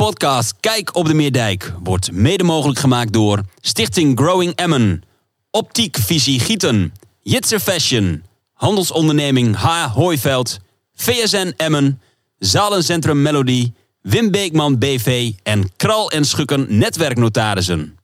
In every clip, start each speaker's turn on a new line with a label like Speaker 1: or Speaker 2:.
Speaker 1: podcast Kijk op de Meerdijk wordt mede mogelijk gemaakt door Stichting Growing Emmen, Optiek Visie Gieten, Jitser Fashion, Handelsonderneming H. Hooiveld, VSN Emmen, Zalencentrum Melody, Wim Beekman BV en Kral en Schukken Netwerknotarissen.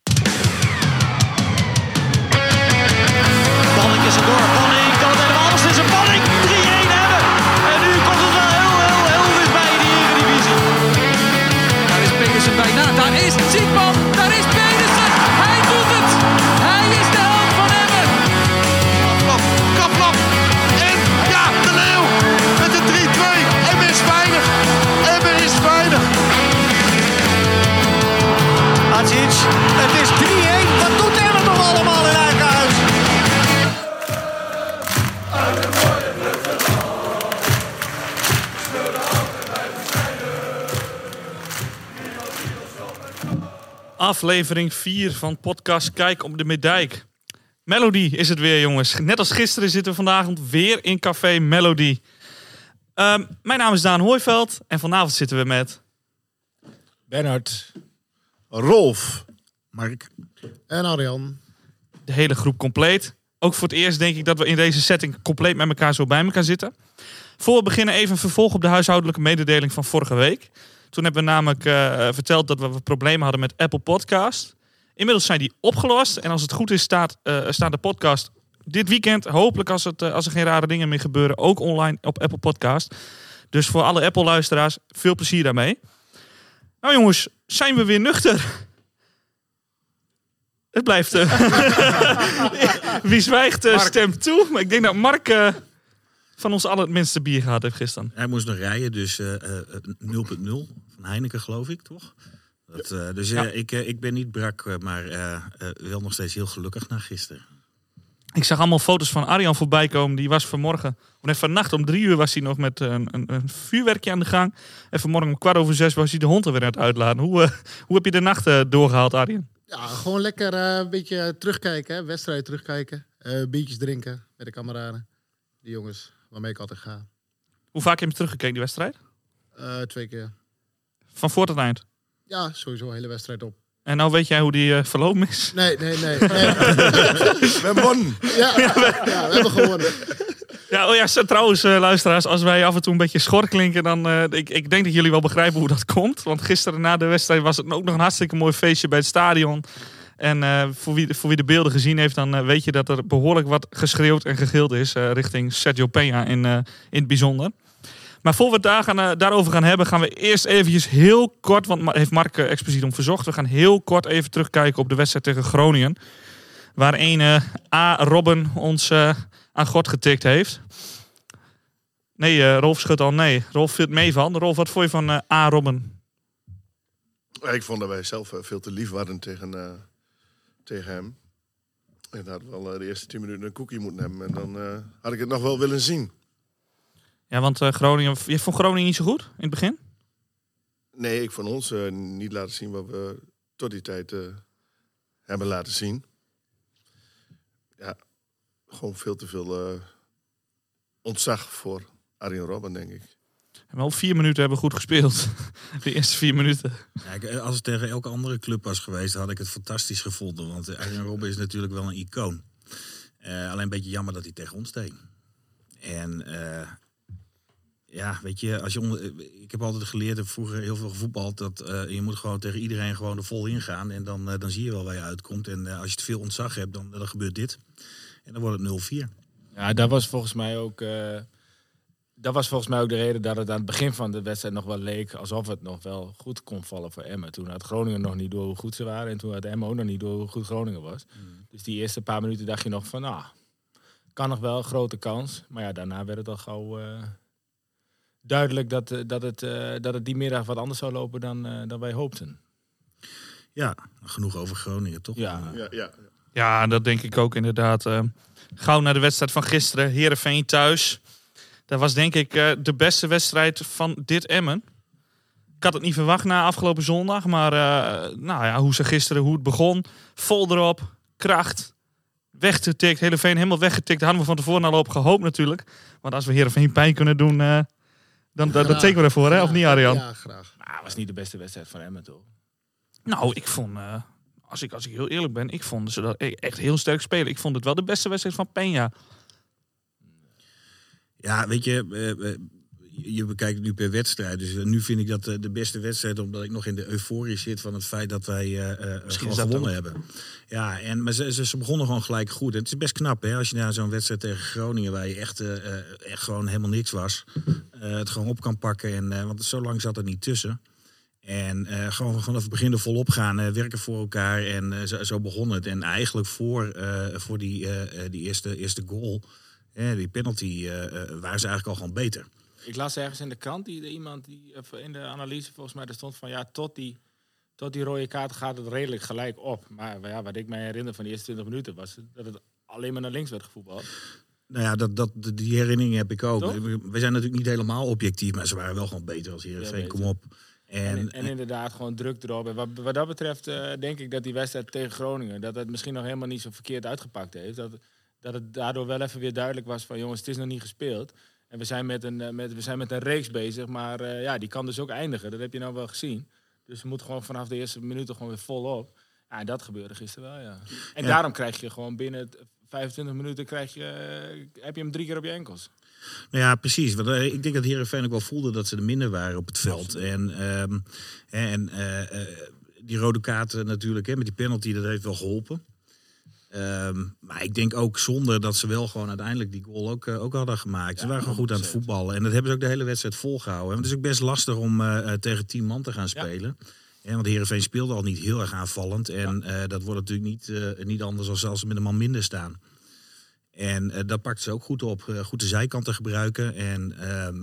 Speaker 2: Balling is er door. Balling kan het helemaal anders. Het is een balling. 3-1 hebben. En nu komt het wel heel dichtbij in de Eredivisie.
Speaker 3: Daar is Pedersen bijna. Daar is Ziekman. Daar is Pedersen. Hij doet het. Hij is de held van Emmen.
Speaker 4: Kaplap. En ja, de Leeuw met de 3-2. Emmen is veilig. Emmen is veilig.
Speaker 2: Adzic. Het is 3-1. Wat doet Emmen nog allemaal in eigen huis?
Speaker 5: Aflevering 4 van podcast Kijk op de Meerdijk. Melody is het weer, jongens. Net als gisteren zitten we vandaag weer in Café Melody. Mijn naam is Daan Hooiveld en vanavond zitten we met...
Speaker 6: Bernhard.
Speaker 4: Rolf.
Speaker 6: Mark.
Speaker 4: En Arjan.
Speaker 5: De hele groep compleet. Ook voor het eerst denk ik dat we in deze setting compleet met elkaar zo bij elkaar zitten. Voor we beginnen even een vervolg op de huishoudelijke mededeling van vorige week. Toen hebben we namelijk verteld dat we problemen hadden met Apple Podcast. Inmiddels zijn die opgelost. En als het goed is staat de podcast dit weekend, hopelijk als er geen rare dingen meer gebeuren, ook online op Apple Podcast. Dus voor alle Apple luisteraars, veel plezier daarmee. Nou jongens, zijn we weer nuchter? Het blijft... Wie zwijgt stemt toe. Maar ik denk dat Mark van ons allen het minste bier gehad heeft gisteren.
Speaker 6: Hij moest nog rijden, dus 0.0 van Heineken geloof ik, toch? Ik ben niet brak, maar wel nog steeds heel gelukkig na gisteren.
Speaker 5: Ik zag allemaal foto's van Arjan voorbij komen. Die was vanmorgen, vannacht om 3 uur was hij nog met een vuurwerkje aan de gang. En vanmorgen om 5:15 was hij de hond er weer aan het uitladen. Hoe heb je de nacht doorgehaald, Arjan?
Speaker 7: Ja, gewoon lekker een beetje terugkijken, hè? Wedstrijd terugkijken. Biertjes drinken met de kameraden. Die jongens waarmee ik altijd ga.
Speaker 5: Hoe vaak heb je teruggekeken, die wedstrijd?
Speaker 7: 2 keer.
Speaker 5: Van voor tot eind?
Speaker 7: Ja, sowieso een hele wedstrijd op.
Speaker 5: En nou weet jij hoe die verlopen is?
Speaker 7: Nee.
Speaker 4: We hebben gewonnen.
Speaker 7: Ja, we hebben gewonnen.
Speaker 5: Ja, trouwens, luisteraars, als wij af en toe een beetje schor klinken, dan... Ik denk dat jullie wel begrijpen hoe dat komt. Want gisteren na de wedstrijd was het ook nog een hartstikke mooi feestje bij het stadion. En voor wie de beelden gezien heeft, dan weet je dat er behoorlijk wat geschreeuwd en gegild is richting Sergio Peña in het bijzonder. Maar voor we het daarover gaan hebben, gaan we eerst eventjes heel kort, want heeft Mark expliciet om verzocht, we gaan heel kort even terugkijken op de wedstrijd tegen Groningen. Waar een A. Robben ons aan God getikt heeft. Nee, Rolf schudt al nee. Rolf viel het mee van. Rolf, wat vond je van A. Robben?
Speaker 4: Ik vond dat wij zelf veel te lief waren tegen hem. En had wel de eerste 10 minuten een koekje moeten hebben. En dan had ik het nog wel willen zien.
Speaker 5: Ja, want Groningen... Je vond Groningen niet zo goed in het begin?
Speaker 4: Nee, ik vond ons niet laten zien wat we tot die tijd hebben laten zien. Ja, gewoon veel te veel ontzag voor Arjen Robben, denk ik.
Speaker 5: En wel 4 minuten hebben we goed gespeeld. De eerste 4 minuten.
Speaker 6: Ja, als het tegen elke andere club was geweest, had ik het fantastisch gevonden. Want Arjen Robben is natuurlijk wel een icoon. Alleen een beetje jammer dat hij tegen ons deed. En weet je, ik heb altijd geleerd, heb vroeger heel veel gevoetbald, dat je moet gewoon tegen iedereen gewoon er vol in gaan. En dan zie je wel waar je uitkomt. En als je te veel ontzag hebt, dan gebeurt dit. En dan wordt het 0-4.
Speaker 8: Ja, dat was volgens mij ook de reden dat het aan het begin van de wedstrijd nog wel leek alsof het nog wel goed kon vallen voor Emmen. Toen had Groningen nog niet door hoe goed ze waren en toen had Emmen ook nog niet door hoe goed Groningen was. Dus die eerste paar minuten dacht je nog van, kan nog wel, grote kans. Maar ja, daarna werd het al gauw duidelijk dat het die middag wat anders zou lopen dan wij hoopten.
Speaker 6: Ja, genoeg over Groningen, toch?
Speaker 8: Ja.
Speaker 5: Ja, dat denk ik ook inderdaad. Gauw naar de wedstrijd van gisteren. Heerenveen thuis. Dat was denk ik de beste wedstrijd van dit Emmen. Ik had het niet verwacht na afgelopen zondag. Maar hoe het begon. Vol erop. Kracht. Weggetikt. Heerenveen helemaal weggetikt. Daar hadden we van tevoren al op gehoopt natuurlijk. Want als we Heerenveen pijn kunnen doen... Dan tekenen we ervoor, hè? Of niet, Arjan?
Speaker 7: Ja, graag.
Speaker 8: Maar het was niet de beste wedstrijd van Emmen, toch?
Speaker 5: Nou, ik vond, als ik heel eerlijk ben, ik vond ze dat echt heel sterk spelen. Ik vond het wel de beste wedstrijd van Peña.
Speaker 6: Ja, weet je, je bekijkt nu per wedstrijd. Dus nu vind ik dat de beste wedstrijd, omdat ik nog in de euforie zit van het feit dat wij gewoon gewonnen hebben. Ja, maar ze begonnen gewoon gelijk goed. En het is best knap, hè, als je naar zo'n wedstrijd tegen Groningen, waar je echt gewoon helemaal niks was, het gewoon op kan pakken. Want zo lang zat er niet tussen. En gewoon vanaf het begin er volop gaan, werken voor elkaar. En zo begon het. En eigenlijk voor die eerste goal, die penalty, waren ze eigenlijk al gewoon beter.
Speaker 8: Ik las ergens in de krant iemand die in de analyse volgens mij er stond van ja, tot die rode kaart gaat het redelijk gelijk op. Maar ja, wat ik mij herinner van de eerste 20 minuten was dat het alleen maar naar links werd gevoetbald.
Speaker 6: Nou ja, die herinnering heb ik ook.
Speaker 8: Toch?
Speaker 6: We zijn natuurlijk niet helemaal objectief, maar ze waren wel gewoon beter als Heerenveen. Kom op.
Speaker 8: En inderdaad gewoon druk erop. En wat dat betreft denk ik dat die wedstrijd tegen Groningen, dat het misschien nog helemaal niet zo verkeerd uitgepakt heeft. Dat het daardoor wel even weer duidelijk was van jongens, het is nog niet gespeeld. En we zijn met een reeks bezig, maar die kan dus ook eindigen. Dat heb je nou wel gezien. Dus we moeten gewoon vanaf de eerste minuten gewoon weer volop. Ja, en dat gebeurde gisteren wel, ja. En daarom krijg je gewoon binnen 25 minuten heb je hem 3 keer op je enkels.
Speaker 6: Nou ja, precies. Want ik denk dat Heerenveen ook wel voelde dat ze er minder waren op het veld. En die rode kaarten natuurlijk, met die penalty, dat heeft wel geholpen. Maar ik denk ook zonder dat ze wel gewoon uiteindelijk die goal ook hadden gemaakt. Ze waren gewoon goed aan het voetballen. En dat hebben ze ook de hele wedstrijd volgehouden. Want het is ook best lastig om tegen 10 man te gaan spelen. Ja, want Heerenveen speelde al niet heel erg aanvallend. En dat wordt natuurlijk niet anders als ze met een man minder staan. En dat pakten ze ook goed op. Goed de zijkanten gebruiken. En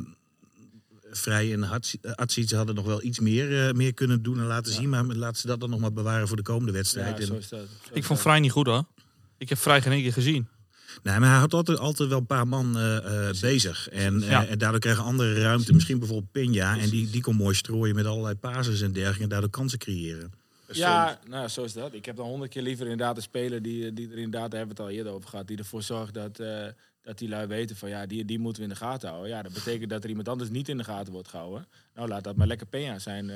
Speaker 6: Vrij en Atsic hadden nog wel iets meer kunnen doen en laten zien. Maar laten ze dat dan nog maar bewaren voor de komende wedstrijd.
Speaker 8: Ja, zo is dat.
Speaker 5: Ik vond Vrij niet goed, hoor. Ik heb Vrij geen één keer gezien.
Speaker 6: Nee, maar hij had altijd wel een paar man bezig. En daardoor kregen andere ruimte. Misschien bijvoorbeeld Peña. En die kon mooi strooien met allerlei passes en dergelijke. En daardoor kansen creëren.
Speaker 8: Ja, nou, zo is dat. Ik heb dan 100 keer liever inderdaad een speler die er inderdaad, daar hebben we het al eerder over gehad, die ervoor zorgt dat die lui weten van ja, die moeten we in de gaten houden. Ja, dat betekent dat er iemand anders niet in de gaten wordt gehouden. Nou, laat dat maar lekker Peña zijn.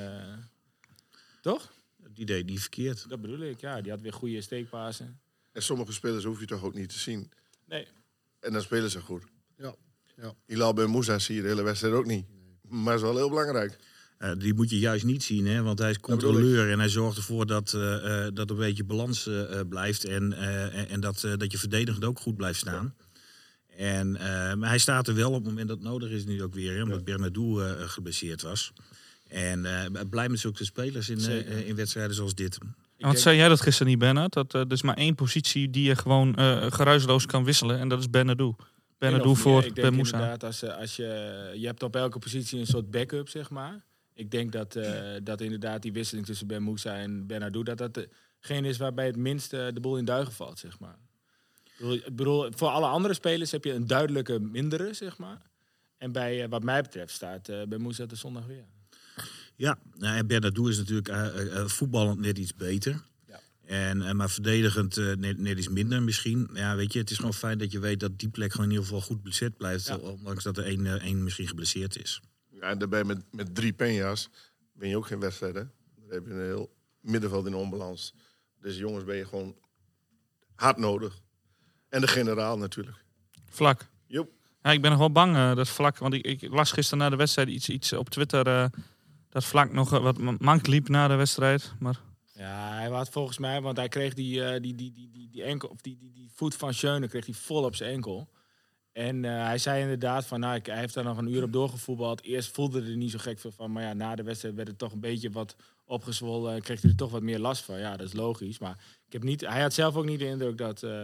Speaker 8: Toch?
Speaker 6: Die deed niet verkeerd.
Speaker 8: Dat bedoel ik, ja. Die had weer goede steekpasen.
Speaker 4: En sommige spelers hoef je toch ook niet te zien.
Speaker 8: Nee.
Speaker 4: En dan spelen ze goed.
Speaker 7: Ja.
Speaker 4: Hilal Ben Moussa zie je de hele wedstrijd ook niet. Maar is wel heel belangrijk.
Speaker 6: Die moet je juist niet zien, hè? Want hij is controleur en hij zorgt ervoor dat een beetje balans blijft. En dat je verdedigend ook goed blijft staan. Ja. Maar hij staat er wel op het moment dat het nodig is nu ook weer. Hè? Omdat Bernardo geblesseerd was. En blij met zulke spelers in wedstrijden zoals dit.
Speaker 5: Want zei jij dat gisteren niet, Bernard? Dat er is maar 1 positie die je gewoon geruisloos kan wisselen. En dat is Bernardo. Bernardo voor Ben Moussa.
Speaker 8: Inderdaad, als je hebt op elke positie een soort backup, zeg maar. Ik denk dat inderdaad die wisseling tussen Ben Moussa en Bernardo, dat degene is waarbij het minst de boel in duigen valt, zeg maar. Ik bedoel, voor alle andere spelers heb je een duidelijke mindere, zeg maar. En bij wat mij betreft staat Ben Moussa de zondag weer.
Speaker 6: Ja, en Bernardo is natuurlijk voetballend net iets beter. Ja. Maar verdedigend net iets minder misschien. Ja, weet je, het is gewoon fijn dat je weet dat die plek gewoon in ieder geval goed bezet blijft. Ja. Ondanks dat er één misschien geblesseerd is.
Speaker 4: Ja, en daarbij met 3 Peña's ben je ook geen wedstrijd, hè? Dan heb je een heel middenveld in onbalans. Dus jongens ben je gewoon hard nodig. En de generaal natuurlijk.
Speaker 5: Vlak.
Speaker 4: Joep.
Speaker 5: Ja, ik ben nog wel bang dat Vlak, want ik las gisteren na de wedstrijd iets op Twitter dat Vlak nog wat mank liep na de wedstrijd. Maar... Ja,
Speaker 8: hij had volgens mij, want hij kreeg die enkel, of die voet van Schöne kreeg hij vol op zijn enkel. En hij zei inderdaad van, hij heeft daar nog een uur op doorgevoetbald. Eerst voelde hij er niet zo gek veel van, maar ja, na de wedstrijd werd het toch een beetje wat opgezwollen en kreeg hij er toch wat meer last van. Ja, dat is logisch, maar hij had zelf ook niet de indruk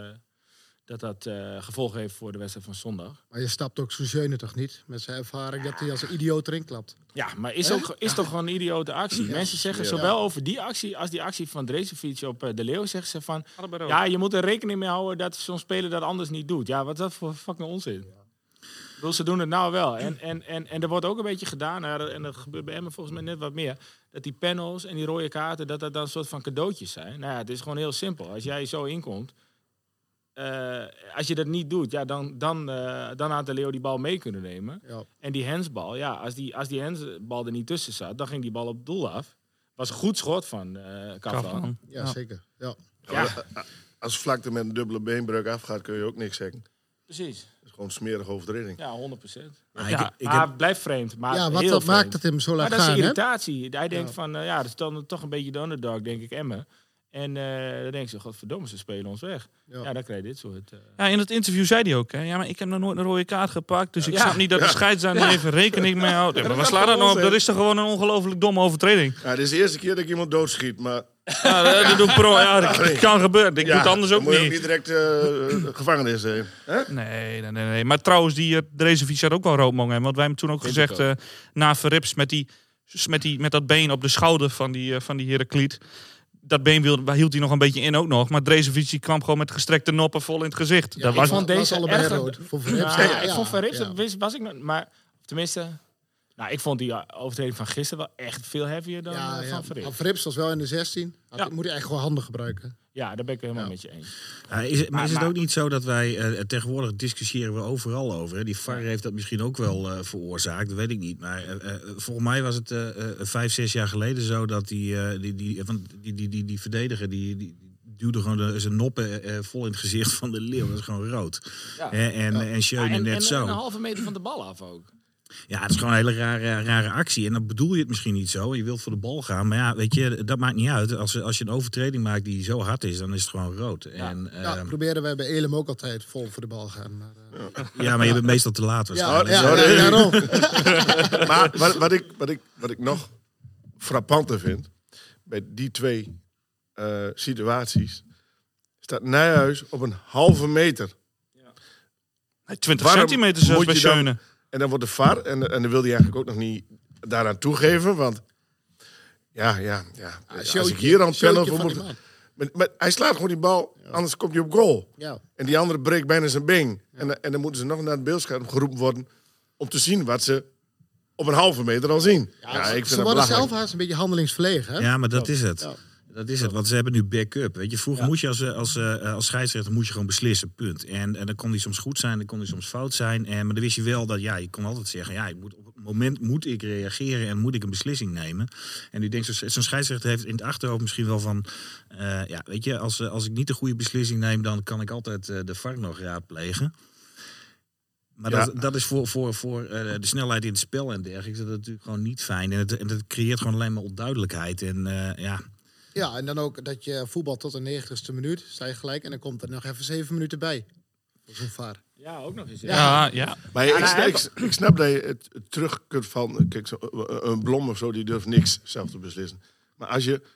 Speaker 8: dat gevolgen heeft voor de wedstrijd van zondag.
Speaker 7: Maar je stapt ook zo'n Schöne toch niet? Met zijn ervaring dat hij als een idioot erin klapt.
Speaker 8: Ja, maar is toch gewoon een idiote actie? Ja. Mensen zeggen zowel over die actie als die actie van Drezovic op De Leeuw, zeggen ze van... Ja, je moet er rekening mee houden dat zo'n speler dat anders niet doet. Ja, wat is dat voor fucking onzin? Ik bedoel, ze doen het nou wel. En er wordt ook een beetje gedaan, en dat gebeurt bij Emmen volgens mij net wat meer, dat die panels en die rode kaarten, dat dan een soort van cadeautjes zijn. Nou ja, het is gewoon heel simpel. Als jij zo inkomt, als je dat niet doet, ja, dan had de Leeuw die bal mee kunnen nemen.
Speaker 7: Ja.
Speaker 8: En die handsbal, ja, als die handsbal er niet tussen zat, dan ging die bal op het doel af. Was een goed schot van Kafan.
Speaker 7: Ja, zeker. Ja.
Speaker 8: Ja,
Speaker 4: Als vlakte met een dubbele beenbreuk afgaat, kun je ook niks zeggen.
Speaker 8: precies.
Speaker 4: Dat is gewoon een smerige overtreding.
Speaker 8: Ja, 100%.
Speaker 6: Maar
Speaker 8: Ja,
Speaker 6: ik
Speaker 8: maar
Speaker 6: heb-
Speaker 8: het blijft vreemd. Maar
Speaker 7: Ja, wat
Speaker 8: heel
Speaker 7: dat
Speaker 8: vreemd.
Speaker 7: maakt het hem zo
Speaker 8: Maar
Speaker 7: laat
Speaker 8: dat is
Speaker 7: gaan, hè?
Speaker 8: irritatie. Hij denkt van, dat is dan toch een beetje de underdog, denk ik, Emmen. En dan denk ze, godverdomme, ze spelen ons weg.
Speaker 7: Ja.
Speaker 8: Ja, dan krijg je dit soort...
Speaker 5: Ja, in het interview zei hij ook, hè, ja, maar ik heb nog nooit een rode kaart gepakt. Dus ik
Speaker 8: Ja.
Speaker 5: snap niet dat de scheidsrechter er even rekening mee houdt. Ja, maar waar slaat dat nou op? Dat is toch gewoon een ongelooflijk domme overtreding.
Speaker 4: Ja, dit is de eerste keer dat ik iemand doodschiet, maar...
Speaker 5: Ja, dat doe ik dat kan gebeuren. Ik doe het anders ook
Speaker 4: moet je
Speaker 5: niet.
Speaker 4: ook niet direct gevangenis heen. Hè?
Speaker 5: Nee. Maar trouwens, die Drezevic had ook wel rood mogen hebben. Want wij hebben toen ook
Speaker 8: Vind
Speaker 5: gezegd, na Verrips met dat been op de schouder van die Heracliet. Dat been hield hij nog een beetje in ook nog. Maar Drezevic die kwam gewoon met gestrekte noppen vol in het gezicht.
Speaker 7: Ja,
Speaker 5: dat
Speaker 7: ik
Speaker 5: was
Speaker 7: vond deze allebei
Speaker 8: echt-
Speaker 7: rood. Voor Verrips.
Speaker 8: Nou, ik vond Van Rips,
Speaker 7: ja.
Speaker 8: dat was ik nog... Maar tenminste... Nou, ik vond die overtreding van gisteren wel echt veel heavier dan
Speaker 7: Ja,
Speaker 8: van Van Rips.
Speaker 7: Maar Verrips was wel in de 16.
Speaker 8: Ja.
Speaker 7: Moet hij echt gewoon handen gebruiken.
Speaker 8: Ja, daar ben ik het helemaal
Speaker 7: Ja.
Speaker 8: met je eens.
Speaker 6: Ja, is het
Speaker 8: Maar-
Speaker 6: ook niet zo dat wij tegenwoordig discussiëren we overal over? Hè? Die VAR heeft dat misschien ook wel veroorzaakt, dat weet ik niet. Maar volgens mij was het 5-6 jaar geleden zo dat die verdediger die duwde gewoon zijn noppen vol in het gezicht van de Leeuw. Dat is gewoon rood.
Speaker 8: Ja.
Speaker 6: En Schöne net zo.
Speaker 8: En een halve meter van de bal af ook.
Speaker 6: Ja, het is gewoon een hele rare actie. En dan bedoel je het misschien niet zo. Je wilt voor de bal gaan. Maar ja, weet je, dat maakt niet uit. Als je een overtreding maakt die zo hard is, dan is het gewoon rood.
Speaker 8: Ja.
Speaker 6: En,
Speaker 7: Ja, proberen wij bij Elem ook altijd vol voor de bal gaan. Maar,
Speaker 6: ja, maar je bent meestal te laat waarschijnlijk.
Speaker 7: daarom.
Speaker 4: Maar wat ik nog frappanter vind, bij die twee situaties, staat Nijhuis op een halve meter.
Speaker 5: 20
Speaker 4: Waarom
Speaker 5: centimeter zelfs
Speaker 4: moet
Speaker 5: bij
Speaker 4: je dan-
Speaker 5: Schöne.
Speaker 4: En dan wordt de VAR, en dan wil hij eigenlijk ook nog niet daaraan toegeven, want als ik hier aan het pennen voor moet... Maar hij slaat gewoon die bal, anders komt hij op goal.
Speaker 7: Ja.
Speaker 4: En die andere breekt bijna zijn been. En dan moeten ze nog naar het beeldscherm geroepen worden om te zien wat ze op een halve meter al zien. Ja, ik vind
Speaker 7: ze
Speaker 4: dat
Speaker 7: worden zelf
Speaker 4: belachelijk.
Speaker 7: haast een beetje handelingsverlegen. Hè?
Speaker 6: Ja, maar dat is het.
Speaker 7: Ja.
Speaker 6: Dat is het, want ze hebben nu backup. Weet je, vroeger moest je als scheidsrechter moet je gewoon beslissen, punt. En dan kon die soms goed zijn, dan kon die soms fout zijn. Maar dan wist je wel dat, je kon altijd zeggen, op het moment moet ik reageren en moet ik een beslissing nemen. En nu denk zo'n scheidsrechter heeft in het achterhoofd misschien wel van, weet je, als ik niet de goede beslissing neem, dan kan ik altijd de VAR nog raadplegen. Maar dat is voor de snelheid in het spel en dergelijke, dat natuurlijk gewoon niet fijn. En het creëert gewoon alleen maar onduidelijkheid. En
Speaker 7: Ja, en dan ook dat je voetbal tot de 90ste minuut, sta je gelijk. En dan komt er nog even 7 minuten bij. Voor zo'n VAR.
Speaker 8: Ja, ook nog eens.
Speaker 5: Ja.
Speaker 4: Maar ik snap dat je het terug kunt van... Kijk, een Blom of zo, die durft niks zelf te beslissen. Maar als je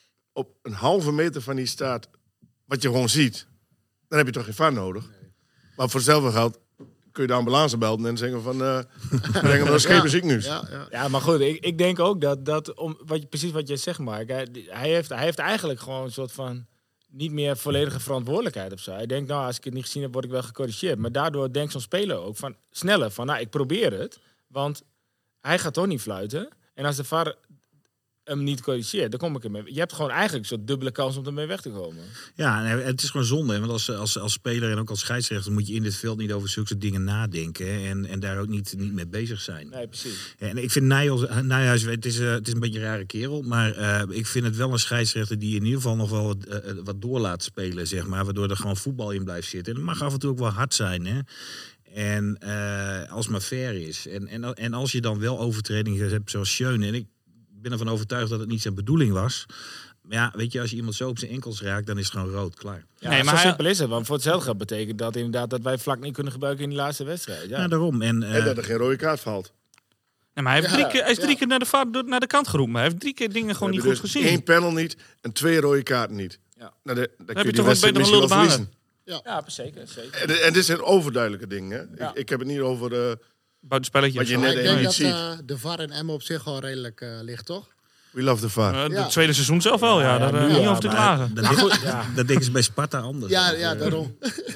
Speaker 4: op een halve meter van die staat, wat je gewoon ziet, dan heb je toch geen VAR nodig. Maar voor hetzelfde geld kun je de ambulance belden en zeggen van... breng hem naar Schepen ziekenhuis.
Speaker 8: Ja, maar goed, ik denk ook dat precies wat je zegt, Mark. Hij heeft eigenlijk gewoon een soort van niet meer volledige verantwoordelijkheid of zo. Hij denkt, als ik het niet gezien heb, word ik wel gecorrigeerd. Maar daardoor denkt zo'n speler ook van sneller van, ik probeer het. Want hij gaat toch niet fluiten. En als de VAR hem niet corrigeert, dan kom ik ermee. Je hebt gewoon eigenlijk een soort dubbele kans om ermee weg te komen.
Speaker 6: ja, het is gewoon zonde. Want als speler en ook als scheidsrechter moet je in dit veld niet over zulke dingen nadenken. En daar ook niet mee bezig zijn.
Speaker 8: Nee, precies.
Speaker 6: En ik vind Nijhuis, het is een beetje een rare kerel. Maar ik vind het wel een scheidsrechter die in ieder geval nog wel wat door laat spelen, zeg maar. Waardoor er gewoon voetbal in blijft zitten. En het mag af en toe ook wel hard zijn, hè. En als het maar fair is. En als je dan wel overtredingen hebt zoals Schöne. En ik ben ervan overtuigd dat het niet zijn bedoeling was. Maar ja, weet je, als je iemand zo op zijn enkels raakt, dan is het gewoon rood, klaar.
Speaker 8: Ja,
Speaker 5: Nee, maar
Speaker 8: zo
Speaker 5: hij-
Speaker 8: simpel is het. Want voor hetzelfde geld betekent dat inderdaad dat wij vlak niet kunnen gebruiken in die laatste wedstrijd. Ja.
Speaker 6: Ja, daarom. En
Speaker 4: En dat er geen rode kaart valt.
Speaker 5: Nee, maar hij is drie keer naar de kant geroepen. Hij heeft 3 keer dingen gewoon niet
Speaker 4: We
Speaker 5: goed
Speaker 4: hebben
Speaker 5: gezien.
Speaker 4: dus 1 panel niet en 2 rode kaarten niet.
Speaker 8: Ja.
Speaker 4: Nou, dan kun
Speaker 5: je
Speaker 4: je die
Speaker 5: toch
Speaker 4: wedstrijd
Speaker 5: beter een
Speaker 4: misschien wel
Speaker 5: lul op
Speaker 4: verliezen.
Speaker 8: Ja, zeker.
Speaker 4: En dit zijn overduidelijke dingen. Hè?
Speaker 8: Ja.
Speaker 4: Ik heb het niet over...
Speaker 5: Buitenspelletje.
Speaker 4: Wat je
Speaker 7: Maar
Speaker 4: net
Speaker 7: ik denk
Speaker 4: niet
Speaker 7: dat
Speaker 4: ziet.
Speaker 7: de VAR en Emmen op zich al redelijk ligt, toch?
Speaker 4: We love the VAR.
Speaker 5: Het
Speaker 7: Ja.
Speaker 5: tweede seizoen zelf wel, ja. Daar
Speaker 8: nu
Speaker 5: niet
Speaker 8: ja,
Speaker 5: over te
Speaker 8: maar-
Speaker 5: klagen.
Speaker 6: dat denken ze bij Sparta anders.
Speaker 7: Ja, daarom.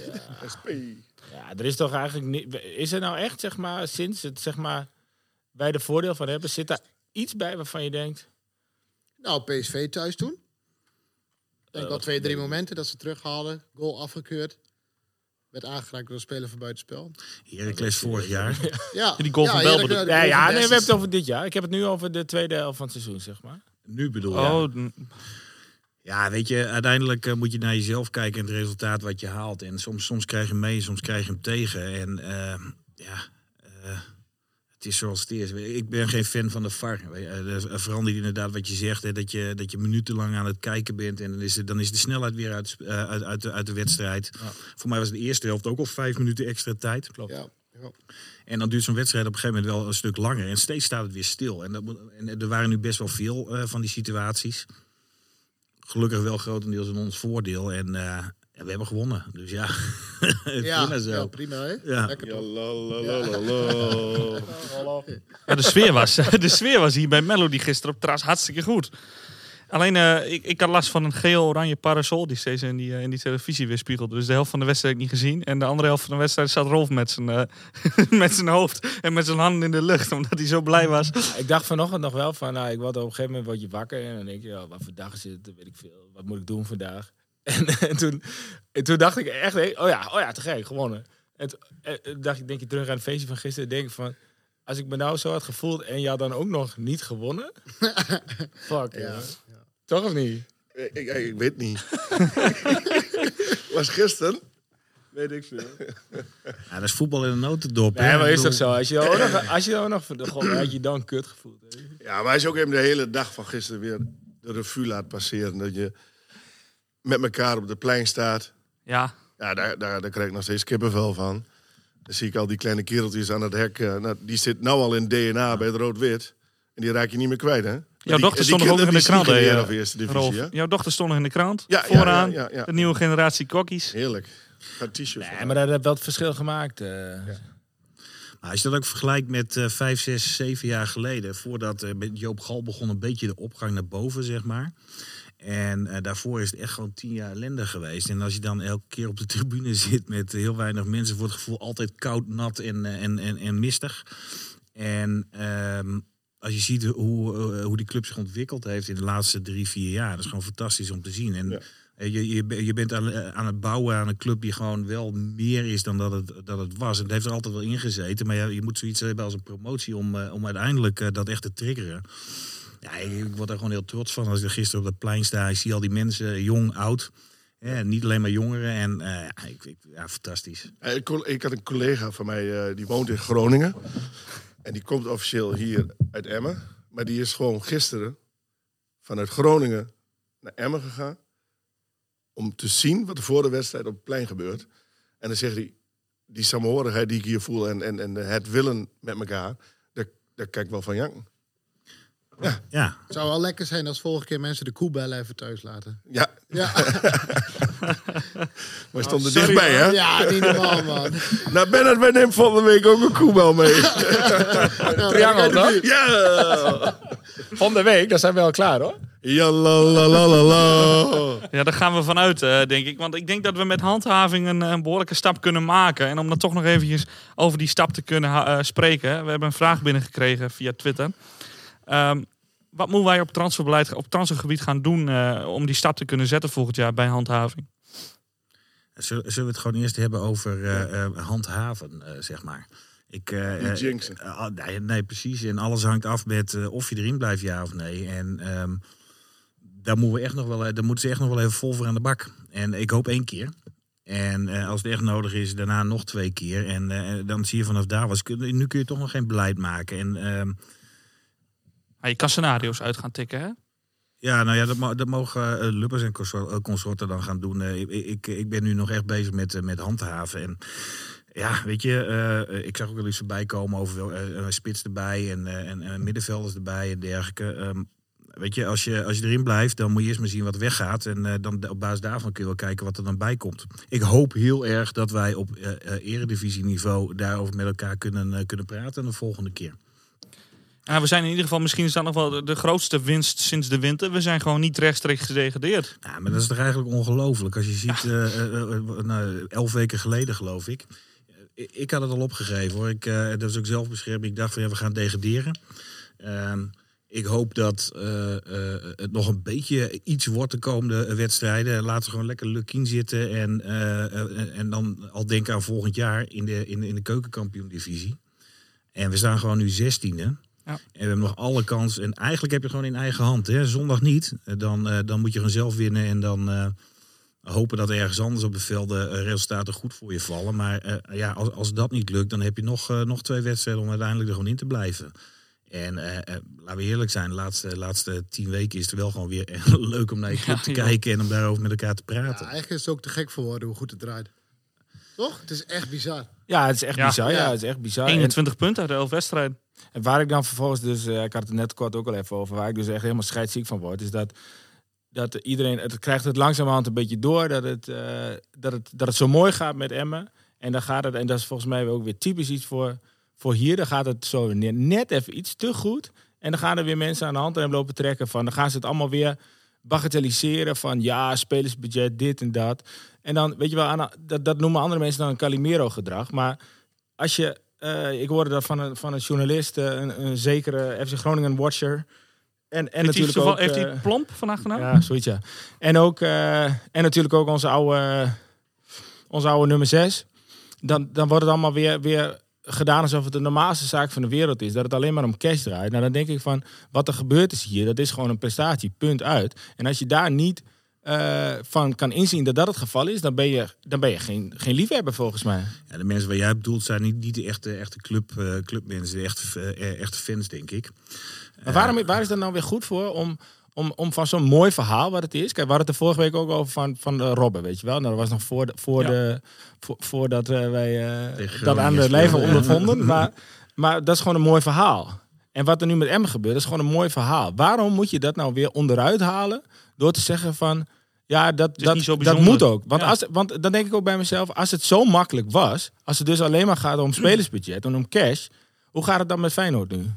Speaker 4: SP.
Speaker 8: Ja, er is toch eigenlijk niet... Is er nou echt, zeg maar, sinds het, zeg maar, wij er voordeel van hebben, zit daar iets bij waarvan je denkt...
Speaker 7: Nou, PSV thuis toen. Ik denk wel 2-3 momenten dat ze terughaalden. Goal afgekeurd. werd aangeraakt door een speler van buitenspel.
Speaker 6: Heracles vorig jaar.
Speaker 7: Ja,
Speaker 5: Die goal van Welber.
Speaker 7: Heracles-
Speaker 8: Nee,
Speaker 7: de goal van
Speaker 8: we
Speaker 7: Dessus.
Speaker 8: hebben het over dit jaar. Ik heb het nu over de tweede helft van het seizoen, zeg maar.
Speaker 6: Nu bedoel je.
Speaker 5: Oh,
Speaker 6: Ja, weet je, uiteindelijk moet je naar jezelf kijken en het resultaat wat je haalt. En soms krijg je hem mee, soms krijg je hem tegen. En het is zoals het is. Ik ben geen fan van de VAR. Verandert inderdaad wat je zegt, hè, dat je minutenlang aan het kijken bent. En dan is de snelheid weer uit de wedstrijd. Ja. Voor mij was de eerste helft ook al 5 minuten extra tijd.
Speaker 8: Klopt.
Speaker 7: Ja.
Speaker 6: En dan duurt zo'n wedstrijd op een gegeven moment wel een stuk langer. En steeds staat het weer stil. En er waren nu best wel veel van die situaties. Gelukkig wel grotendeels in ons voordeel. En we hebben gewonnen. Dus ja, prima zo.
Speaker 7: Ja, prima hè?
Speaker 6: Ja.
Speaker 7: Lekker toch?
Speaker 5: Ja, de sfeer was hier bij Melody gisteren op het terras hartstikke goed. Alleen, ik had last van een geel-oranje parasol die steeds in die televisie weerspiegelde. Dus de helft van de wedstrijd niet gezien. En de andere helft van de wedstrijd zat Rolf met zijn hoofd en met zijn handen in de lucht. Omdat hij zo blij was.
Speaker 8: Ik dacht vanochtend nog wel van, ik word op een gegeven moment wakker. En dan denk je, wat voor dag is het? Weet ik veel. Wat moet ik doen vandaag? En toen dacht ik echt, oh ja, te gek, gewonnen. En toen denk je terug aan het feestje van gisteren. Denk ik van, als ik me nou zo had gevoeld en je had dan ook nog niet gewonnen. Fuck, ja. Toch of niet?
Speaker 4: Ik weet niet. Was gisteren? Weet ik veel.
Speaker 6: Ja, dat is voetbal in een notendop.
Speaker 8: Nee,
Speaker 6: hè?
Speaker 8: maar
Speaker 6: Ik
Speaker 8: is toch
Speaker 6: bedoel,
Speaker 8: zo? Als je dan nog had je dan kut gevoeld. Hè?
Speaker 4: Ja, maar hij is ook even de hele dag van gisteren weer de revue laat passeren. Dat je met elkaar op de plein staat.
Speaker 5: Ja.
Speaker 4: Ja, daar krijg ik nog steeds kippenvel van. Dan zie ik al die kleine kereltjes aan het hek. Die zit nou al in DNA bij het rood-wit. En die raak je niet meer kwijt, hè?
Speaker 5: Jouw dochter stond nog ook nog in de krant,
Speaker 4: Of eerste divisie,
Speaker 5: Rolf.
Speaker 4: hè?
Speaker 5: Jouw dochter stond nog in de krant.
Speaker 4: Ja,
Speaker 5: Vooraan.
Speaker 4: ja.
Speaker 5: De nieuwe generatie kokkies.
Speaker 4: Heerlijk. Gaat t-shirts.
Speaker 8: Nee, maar dat heeft wel het verschil gemaakt.
Speaker 6: Maar als je dat ook vergelijkt met 5, 6, 7 jaar geleden. Voordat met Joop Gal begon een beetje de opgang naar boven, zeg maar. En daarvoor is het echt gewoon 10 jaar ellende geweest. En als je dan elke keer op de tribune zit met heel weinig mensen, wordt het gevoel altijd koud, nat en mistig. En als je ziet hoe die club zich ontwikkeld heeft in de laatste 3, 4 jaar, dat is gewoon fantastisch om te zien. En je bent aan het bouwen aan een club die gewoon wel meer is dan dat het was. En het heeft er altijd wel in gezeten. Maar je moet zoiets hebben als een promotie om uiteindelijk dat echt te triggeren. Ja, ik word er gewoon heel trots van als ik gisteren op dat plein sta. Ik zie al die mensen, jong, oud. Ja, niet alleen maar jongeren. En fantastisch.
Speaker 4: Ik had een collega van mij, die woont in Groningen. En die komt officieel hier uit Emmen. Maar die is gewoon gisteren vanuit Groningen naar Emmen gegaan. Om te zien wat er voor de wedstrijd op het plein gebeurt. En dan zegt hij, die samenhorigheid die ik hier voel en het willen met elkaar, daar kan ik wel van janken.
Speaker 6: Ja.
Speaker 7: Het zou wel lekker zijn als volgende keer mensen de koebellen even thuis laten.
Speaker 4: Ja. Maar stond er
Speaker 7: Sorry,
Speaker 4: dichtbij, hè?
Speaker 7: man. Ja, niet normaal, man.
Speaker 4: Nou, Bernard, wij nemen volgende week ook een koebel mee.
Speaker 8: Triangel, toch?
Speaker 4: Ja!
Speaker 8: Van de week, dan zijn we al klaar, hoor.
Speaker 4: Ja, la, la, la, la, la.
Speaker 5: Ja, daar gaan we vanuit, denk ik. Want ik denk dat we met handhaving een behoorlijke stap kunnen maken. En om dan toch nog eventjes over die stap te kunnen spreken. We hebben een vraag binnengekregen via Twitter. Wat moeten wij op transferbeleid, op transfergebied gaan doen om die stap te kunnen zetten volgend jaar bij handhaving?
Speaker 6: Zullen we het gewoon eerst hebben over handhaven, zeg maar.
Speaker 4: Niet jinxen.
Speaker 6: Nee, precies. En alles hangt af met of je erin blijft, ja of nee. En daar moeten ze echt nog wel even vol voor aan de bak. En ik hoop 1 keer. En als het echt nodig is, daarna nog 2 keer. En dan zie je vanaf daar, nu kun je toch nog geen beleid maken. En
Speaker 5: Je kan scenario's uit gaan tikken, hè?
Speaker 6: ja, nou ja, dat mogen Lubbers en consorten dan gaan doen. Ik ben nu nog echt bezig met handhaven. En ja, weet je, ik zag ook wel iets voorbij komen over spits erbij en middenvelders erbij en dergelijke. Weet je, als je erin blijft, dan moet je eerst maar zien wat weggaat. En dan op basis daarvan kun je wel kijken wat er dan bij komt. Ik hoop heel erg dat wij op eredivisieniveau daarover met elkaar kunnen praten de volgende keer.
Speaker 5: Ja, we zijn in ieder geval, misschien is dat nog wel de grootste winst sinds de winter. We zijn gewoon niet rechtstreeks gedegradeerd.
Speaker 6: Ja, maar dat is toch eigenlijk ongelooflijk. Als je ziet, 11 weken geleden geloof ik. Ik had het al opgegeven hoor. Dat was ook zelfbescherming. Ik dacht van ja, we gaan degraderen. Ik hoop dat het nog een beetje iets wordt de komende wedstrijden. Laten we gewoon lekker Lukien zitten. En dan al denken aan volgend jaar in de keukenkampioen-divisie. En we staan gewoon nu 16e. Ja. En we hebben nog alle kans. En eigenlijk heb je het gewoon in eigen hand. Hè. Zondag niet. Dan moet je gewoon zelf winnen. En dan hopen dat ergens anders op de velden resultaten goed voor je vallen. Maar als dat niet lukt, dan heb je nog 2 wedstrijden om uiteindelijk er gewoon in te blijven. En laten we eerlijk zijn, de laatste 10 weken is het wel gewoon weer leuk om naar je club te kijken en om daarover met elkaar te praten.
Speaker 7: Ja, eigenlijk is het ook te gek voor woorden hoe goed het draait. Toch? Het is echt bizar.
Speaker 8: Ja, het is echt bizar. Ja, het is echt bizar.
Speaker 5: 21 punten uit de 11 wedstrijden.
Speaker 8: En waar ik dan vervolgens dus, ik had het net kort ook al even over, waar ik dus echt helemaal scheidsziek van word, is dat iedereen, het krijgt het langzamerhand een beetje door, dat het zo mooi gaat met Emmen. En dan gaat het, en dat is volgens mij ook weer typisch iets voor hier, dan gaat het zo net even iets te goed. En dan gaan er weer mensen aan de hand en lopen trekken van, dan gaan ze het allemaal weer bagatelliseren van, ja, spelersbudget, dit en dat. En dan, weet je wel, dat noemen andere mensen dan een Calimero-gedrag. Maar als je, ik hoorde dat van een journalist, een zekere FC Groningen-watcher. En natuurlijk ook...
Speaker 5: Heeft hij Plomp van achternaam?
Speaker 8: Ja, zoiets, ja. En natuurlijk ook onze oude nummer 6. Dan wordt het allemaal weer gedaan alsof het de normaalste zaak van de wereld is. Dat het alleen maar om cash draait. Nou, dan denk ik van, wat er gebeurd is hier, dat is gewoon een prestatie, punt uit. En als je daar niet van kan inzien dat dat het geval is, dan ben je geen liefhebber volgens mij. Ja,
Speaker 6: de mensen waar jij bedoelt zijn niet de echte clubmensen, de echte fans, denk ik.
Speaker 8: Maar waar is dat nou weer goed voor om van zo'n mooi verhaal wat het is? Kijk, we hadden het er vorige week ook over van Robben, weet je wel. Nou, dat was nog voordat wij dat aan de lijve ondervonden. Maar dat is gewoon een mooi verhaal. En wat er nu met Emmen gebeurt, dat is gewoon een mooi verhaal. Waarom moet je dat nou weer onderuit halen door te zeggen van, ja, dat moet ook. Want dan denk ik ook bij mezelf, als het zo makkelijk was, als het dus alleen maar gaat om spelersbudget en om cash, hoe gaat het dan met Feyenoord nu?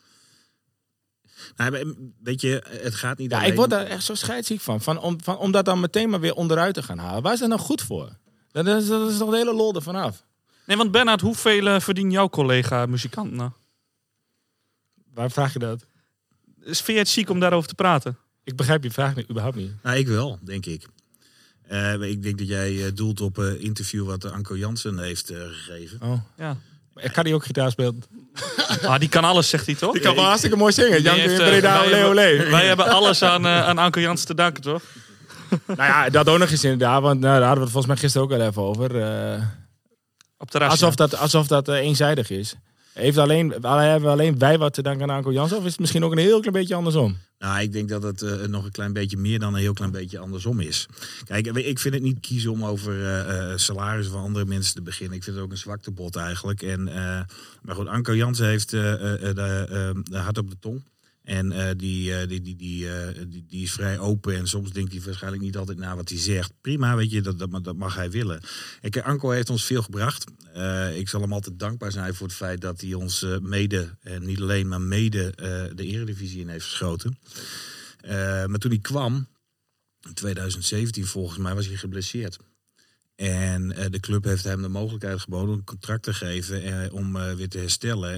Speaker 6: Nou, weet je, het gaat niet alleen...
Speaker 8: Ik word daar echt zo scheidsziek van om dat dan meteen maar weer onderuit te gaan halen. Waar is dat nou goed voor? Dat is toch de hele lol ervan af.
Speaker 5: Nee, want Bernhard, hoeveel verdient jouw collega muzikant nou?
Speaker 8: Waar vraag je dat?
Speaker 5: Vind je het ziek om daarover te praten?
Speaker 8: Ik begrijp je vraag überhaupt niet.
Speaker 6: Nou, ik wel, denk ik. Ik denk dat jij doelt op een interview wat Anko Jansen heeft gegeven.
Speaker 8: Oh, ja. Kan die ook gitaar spelen?
Speaker 5: Die kan alles, zegt hij toch?
Speaker 8: Die kan wel hartstikke mooi zingen. Janko in Breda, ole.
Speaker 5: Wij hebben alles aan Anko Jansen te danken, toch?
Speaker 8: Nou ja, dat ook nog eens inderdaad. Want daar hadden we het volgens mij gisteren ook al even over.
Speaker 5: Op terras.
Speaker 8: Alsof dat eenzijdig is. Hebben we alleen wij wat te danken aan Anko Jansen? Of is het misschien ook een heel klein beetje andersom?
Speaker 6: Nou, ik denk dat het nog een klein beetje meer dan een heel klein beetje andersom is. Kijk, ik vind het niet kiezen om over salarissen van andere mensen te beginnen. Ik vind het ook een zwaktebod eigenlijk. Maar goed, Anko Jansen heeft de hart op de tong. En die is vrij open en soms denkt hij waarschijnlijk niet altijd na wat hij zegt. Prima, weet je, dat mag hij willen. Anko heeft ons veel gebracht. Ik zal hem altijd dankbaar zijn voor het feit dat hij ons niet alleen, maar mede de Eredivisie in heeft geschoten. Maar toen hij kwam, in 2017 volgens mij, was hij geblesseerd. En de club heeft hem de mogelijkheid geboden om een contract te geven om weer te herstellen.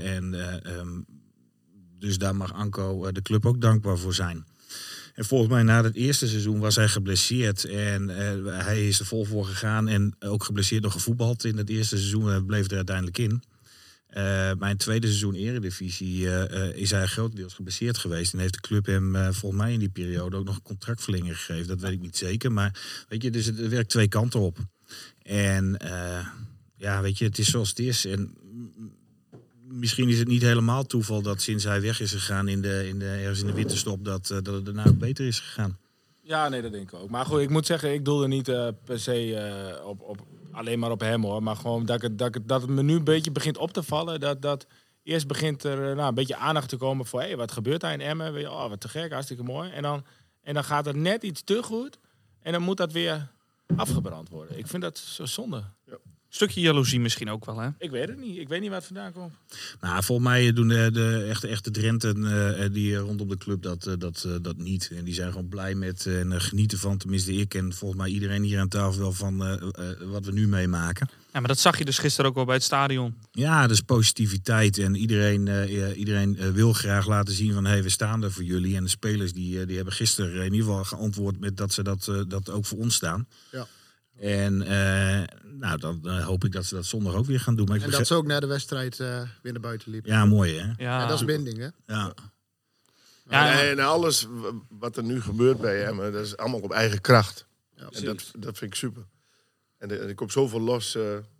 Speaker 6: Dus daar mag Anko de club ook dankbaar voor zijn. En volgens mij na het eerste seizoen was hij geblesseerd. En hij is er vol voor gegaan. En ook geblesseerd nog gevoetbald in het eerste seizoen. En bleef er uiteindelijk in. Maar in het tweede seizoen Eredivisie is hij grotendeels geblesseerd geweest. En heeft de club hem volgens mij in die periode ook nog een contractverlenging gegeven. Dat weet ik niet zeker. Maar weet je, dus het werkt twee kanten op. En weet je, het is zoals het is. En misschien is het niet helemaal toeval dat sinds hij weg is gegaan ergens in de winterstop dat het daarna ook beter is gegaan.
Speaker 8: Ja, nee, dat denk ik ook. Maar goed, ik moet zeggen, ik doelde niet per se alleen maar op hem hoor. Maar gewoon dat het me nu een beetje begint op te vallen. Dat eerst begint er een beetje aandacht te komen voor wat gebeurt daar in Emmen? Weet je, wat te gek, hartstikke mooi. En dan gaat het net iets te goed. En dan moet dat weer afgebrand worden. Ik vind dat zo zonde. Ja.
Speaker 5: Stukje jaloezie misschien ook wel, hè?
Speaker 8: Ik weet het niet. Ik weet niet waar het vandaan komt.
Speaker 6: Nou, volgens mij doen de echte Drenten die rondom de club dat niet. En die zijn gewoon blij met en genieten van, tenminste ik en volgens mij iedereen hier aan tafel wel van wat we nu meemaken.
Speaker 5: Ja, maar dat zag je dus gisteren ook wel bij het stadion.
Speaker 6: Ja, dus positiviteit en iedereen wil graag laten zien van we staan er voor jullie. En de spelers die hebben gisteren in ieder geval geantwoord met dat ze dat ook voor ons staan.
Speaker 7: Ja.
Speaker 6: En dan hoop ik dat ze dat zondag ook weer gaan doen. Maar
Speaker 7: En dat ze ook na de wedstrijd weer naar buiten liepen.
Speaker 6: Ja, mooi hè?
Speaker 7: Ja, dat is binding, hè?
Speaker 6: Ja.
Speaker 5: Ja,
Speaker 4: En alles wat er nu gebeurt bij hem, dat is allemaal op eigen kracht.
Speaker 7: Ja,
Speaker 4: En dat vind ik super. En er komt zoveel los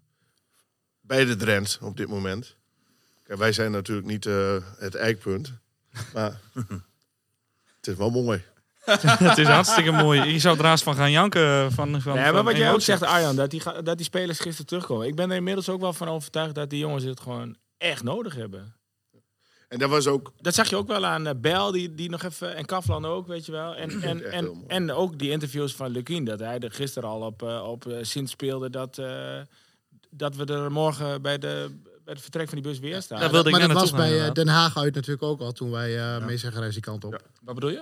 Speaker 4: bij de Drents op dit moment. Kijk, wij zijn natuurlijk niet het eikpunt. Maar het is wel mooi.
Speaker 5: het is hartstikke mooi. Je zou er haast van gaan janken. Van
Speaker 8: Maar wat jij ook
Speaker 5: emotie.
Speaker 8: zegt, Arjan, dat die spelers gisteren terugkomen. Ik ben er inmiddels ook wel van overtuigd dat die jongens het gewoon echt nodig hebben.
Speaker 4: En dat was ook...
Speaker 8: Dat zag je ook wel aan Bel, die nog even... En Kaflan ook, weet je wel. En ook die interviews van Lukien. Dat hij er gisteren al op zin speelde dat we er morgen bij het vertrek van die bus weer staan.
Speaker 5: Ja, wilde ik
Speaker 7: maar
Speaker 5: net
Speaker 7: dat was
Speaker 5: naartoe gaan,
Speaker 7: bij
Speaker 5: inderdaad.
Speaker 7: Den Haag uit natuurlijk ook al toen wij mee zijn gereisd die kant op.
Speaker 8: Wat bedoel je?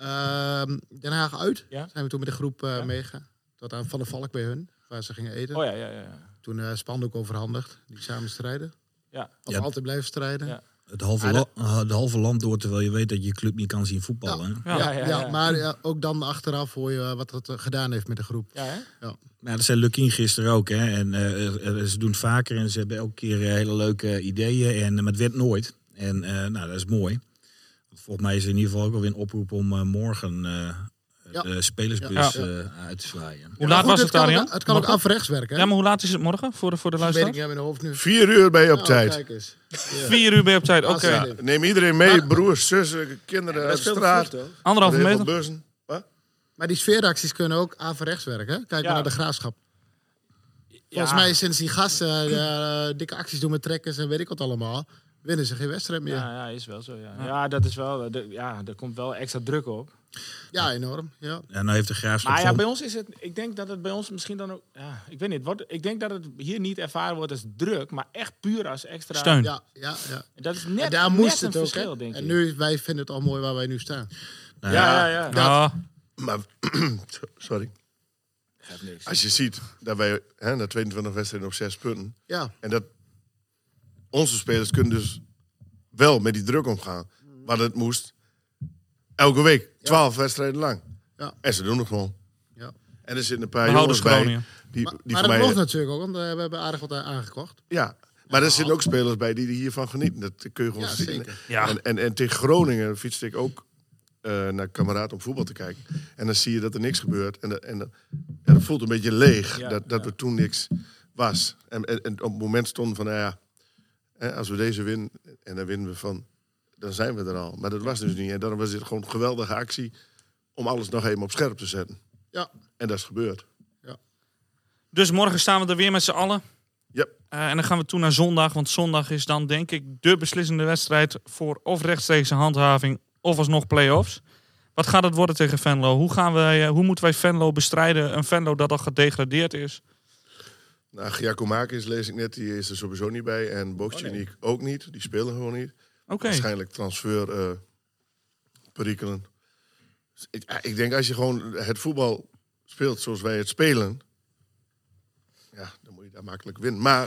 Speaker 7: Den Haag uit
Speaker 8: Ja.
Speaker 7: zijn we toen met de groep meegegaan. Tot aan Van der Valk bij hun, waar ze gingen eten.
Speaker 8: Oh ja.
Speaker 7: Toen spandoek overhandigd, die samen strijden.
Speaker 8: Ja.
Speaker 7: Of
Speaker 6: Ja.
Speaker 7: altijd blijven strijden.
Speaker 8: Ja.
Speaker 6: Het halve land door, terwijl je weet dat je je club niet kan zien voetballen. hè?
Speaker 5: Ja.
Speaker 7: Maar ook dan achteraf hoor je wat het gedaan heeft met de groep.
Speaker 8: Ja, hè?
Speaker 6: Nou, dat zei Lukien gisteren ook. Hè? En ze doen het vaker en ze hebben elke keer hele leuke ideeën. Maar het werd nooit. En dat is mooi. Volgens mij is er in ieder geval ook alweer een oproep om morgen de spelersbus uit te zwaaien.
Speaker 5: Hoe laat was het, Arjan?
Speaker 7: Het kan ook afrechts werken. Hè?
Speaker 5: Ja, maar hoe laat is het morgen voor de
Speaker 7: dat weet ik
Speaker 5: luisteraar?
Speaker 7: niet in mijn hoofd nu.
Speaker 4: 4 uur ben je op tijd.
Speaker 7: Kijk eens. Ja.
Speaker 5: 4 uur ben je op tijd. Oké.
Speaker 7: Ja.
Speaker 4: Neem iedereen mee, broers, zussen, kinderen uit de straat.
Speaker 5: Anderhalve
Speaker 4: Regel
Speaker 5: meter.
Speaker 4: bussen. Wat?
Speaker 7: Maar die sfeeracties kunnen ook averechts werken. Hè? Kijk maar naar de Graafschap. Volgens mij sinds die gasten dikke acties doen met trekkers en weet ik wat allemaal, winnen ze geen wedstrijd meer.
Speaker 8: Ja, is wel zo. Ja, dat is wel. Er komt wel extra druk op.
Speaker 7: Ja, enorm. Ja.
Speaker 6: En nou heeft de Graafschap
Speaker 8: Maar ja,
Speaker 6: van...
Speaker 8: bij ons is het. Ik denk dat het bij ons misschien dan ook. Ja, ik weet niet. Ik denk dat het hier niet ervaren wordt als druk, maar echt puur als extra
Speaker 5: Steun.
Speaker 7: Ja.
Speaker 8: Dat is
Speaker 7: En
Speaker 8: net,
Speaker 7: daar
Speaker 8: net
Speaker 7: moest
Speaker 8: een
Speaker 7: het ook.
Speaker 8: verschil,
Speaker 7: Hè?
Speaker 8: denk ik.
Speaker 7: En nu, wij vinden het al mooi waar wij nu staan.
Speaker 6: Nou,
Speaker 8: Ja.
Speaker 5: Ja.
Speaker 4: Maar, sorry.
Speaker 8: Geeft niks.
Speaker 4: Als je ziet dat wij na 22 wedstrijden op 6 punten.
Speaker 7: Ja,
Speaker 4: En dat onze spelers kunnen dus wel met die druk omgaan. Maar dat moest elke week, 12 wedstrijden lang.
Speaker 7: Ja.
Speaker 4: En ze doen het gewoon.
Speaker 7: ja.
Speaker 4: En er zitten een paar
Speaker 5: Behouders
Speaker 4: jongens bij.
Speaker 5: Groningen.
Speaker 4: Die
Speaker 7: Maar
Speaker 4: voor
Speaker 7: dat
Speaker 4: mij,
Speaker 7: mocht natuurlijk ook, want we hebben aardig wat aangekocht.
Speaker 4: ja, maar er zitten ook spelers bij die hiervan genieten. Dat kun je gewoon
Speaker 7: Ja,
Speaker 4: zien.
Speaker 7: zeker.
Speaker 5: Ja.
Speaker 4: En tegen Groningen fietste ik ook naar Kameraad om voetbal te kijken. En dan zie je dat er niks gebeurt. En dat voelt een beetje leeg.
Speaker 8: Ja,
Speaker 4: dat er toen niks was. En op het moment stonden van, als we deze winnen en dan winnen we van, dan zijn we er al. Maar dat was dus niet. En dan was het gewoon een geweldige actie om alles nog even op scherp te zetten.
Speaker 7: Ja.
Speaker 4: En dat is gebeurd.
Speaker 5: Dus morgen staan we er weer met z'n allen.
Speaker 4: Ja.
Speaker 5: En dan gaan we toe naar zondag. Want zondag is dan denk ik de beslissende wedstrijd voor of rechtstreekse handhaving of alsnog play-offs. Wat gaat het worden tegen Venlo? Hoe moeten wij Venlo bestrijden? Een Venlo dat al gedegradeerd is.
Speaker 4: Nou, Giacomakis lees ik net, die is er sowieso niet bij. En Bokcinik ook niet. Die spelen gewoon niet.
Speaker 5: Oké.
Speaker 4: Waarschijnlijk transfer perikelen. Dus ik denk als je gewoon het voetbal speelt zoals wij het spelen, ja, dan moet je daar makkelijk winnen. Maar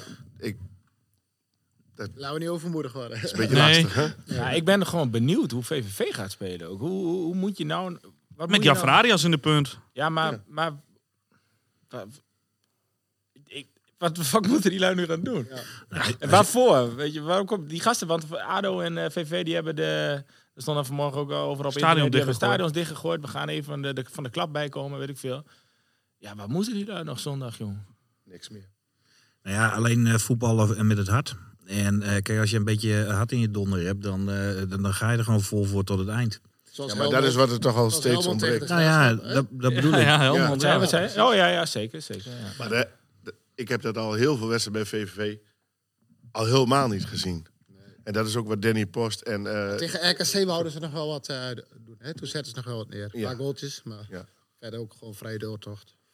Speaker 7: Laten we niet overmoedig worden.
Speaker 4: het is een beetje
Speaker 5: Nee.
Speaker 4: lastig, hè?
Speaker 8: Ja, ik ben gewoon benieuwd hoe VVV gaat spelen. Ook. Hoe moet je nou... Wat
Speaker 5: Met
Speaker 8: moet je
Speaker 5: Jaffer Arias in de punt.
Speaker 8: Ja, maar wat de fuck moeten die lui nu gaan doen? En waarvoor? Weet je, waarom komt die gasten? Want ADO en VV die hebben er stonden vanmorgen ook overal op
Speaker 5: Stadion
Speaker 8: internet, die hebben
Speaker 5: dichtgegooid.
Speaker 8: stadions dichtgegooid. We gaan even van de klap bijkomen, weet ik veel. Ja, waar moeten die lui nog zondag, jong?
Speaker 4: Niks meer.
Speaker 6: Nou ja, alleen voetballen met het hart. En kijk, als je een beetje hart in je donder hebt, dan ga je er gewoon vol voor tot het eind.
Speaker 7: Zoals
Speaker 4: Ja, maar dat is wat er toch al steeds ontbreekt.
Speaker 6: Nou ja, dat bedoel ik.
Speaker 5: Ja, Helmond.
Speaker 4: Ja.
Speaker 5: Ja.
Speaker 8: Wat zei je? Oh ja, zeker. Ja.
Speaker 4: Maar ik heb dat al heel veel wedstrijden bij VVV al helemaal niet gezien. En dat is ook wat Danny Post en...
Speaker 7: Tegen RKC wouden ze nog wel wat doen. Hè? Toen zetten ze nog wel wat neer. Een
Speaker 4: Ja.
Speaker 7: paar goaltjes, maar
Speaker 4: Ja.
Speaker 7: verder ook gewoon vrije doortocht.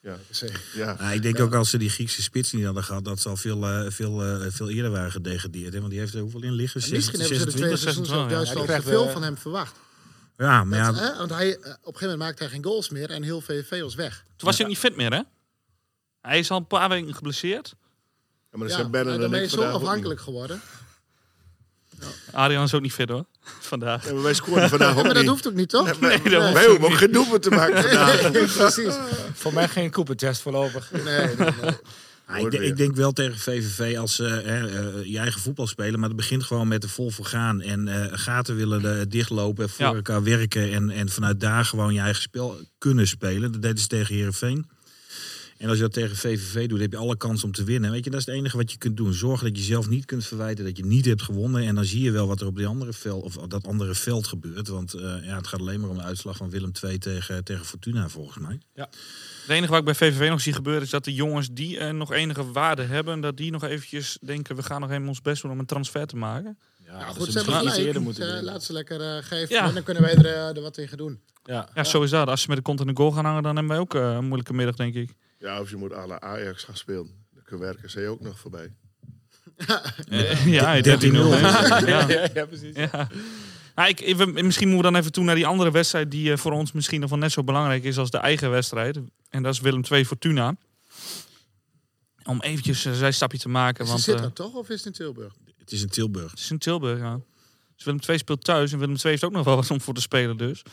Speaker 4: Ja.
Speaker 7: Ja.
Speaker 6: Ja, ik denk ook als ze die Griekse spits niet hadden gehad, dat ze al veel eerder waren gedegradeerd. Hè? Want die heeft er hoeveel in liggen?
Speaker 7: Misschien hebben ze de tweede seizoen juist al te veel van hem verwacht.
Speaker 6: Ja, maar ja.
Speaker 7: Want hij, op een gegeven moment maakte hij geen goals meer en heel VVV was weg.
Speaker 5: Toen was hij ook niet fit meer, hè? Hij is al een paar weken geblesseerd.
Speaker 4: Ja, maar
Speaker 7: Ja, dan ben je zo afhankelijk geworden.
Speaker 5: Adrian is ook niet fit, hoor. Vandaag.
Speaker 4: Ja, maar wij scoren vandaag ook
Speaker 7: Maar dat
Speaker 4: niet.
Speaker 7: hoeft ook niet, toch?
Speaker 4: Wij hoeven ook geen doelpunt te maken vandaag.
Speaker 7: Nee, precies.
Speaker 8: Voor mij geen Cooper-test voorlopig.
Speaker 7: Nee.
Speaker 6: Ik denk wel tegen VVV als je eigen voetbal spelen. Maar het begint gewoon met er vol voor gaan. En gaten willen dichtlopen, voor elkaar werken. En vanuit daar gewoon je eigen spel kunnen spelen. Dat deden ze tegen Heerenveen. En als je dat tegen VVV doet, heb je alle kans om te winnen. Weet je, dat is het enige wat je kunt doen. Zorg dat je zelf niet kunt verwijten dat je niet hebt gewonnen. En dan zie je wel wat er op die andere veld, of dat andere veld gebeurt. Want het gaat alleen maar om de uitslag van Willem II tegen Fortuna, volgens mij.
Speaker 5: Ja. Het enige wat ik bij VVV nog zie gebeuren is dat de jongens die nog enige waarde hebben, dat die nog eventjes denken, we gaan nog even ons best doen om een transfer te maken.
Speaker 8: Ja,
Speaker 7: Goed, ze hebben gelijk. Laat ze lekker geven en dan kunnen wij er wat tegen doen.
Speaker 5: Ja, zo is dat. Als ze met de kont in de goal gaan hangen, dan hebben wij ook een moeilijke middag, denk ik.
Speaker 4: Ja, of je moet à la Ajax gaan spelen. Dan kunnen RKC ook nog voorbij.
Speaker 5: Ja, 13-0.
Speaker 8: Ja, precies.
Speaker 5: Ja. Nou, misschien moeten we dan even toe naar die andere wedstrijd die voor ons misschien nog wel net zo belangrijk is als de eigen wedstrijd. En dat is Willem II Fortuna. Om eventjes een zijstapje te maken.
Speaker 7: Is het dat toch of is het in Tilburg?
Speaker 6: Het is in Tilburg.
Speaker 5: Het is in Tilburg, ja. Dus Willem II speelt thuis en Willem II heeft ook nog wel wat om voor te spelen dus.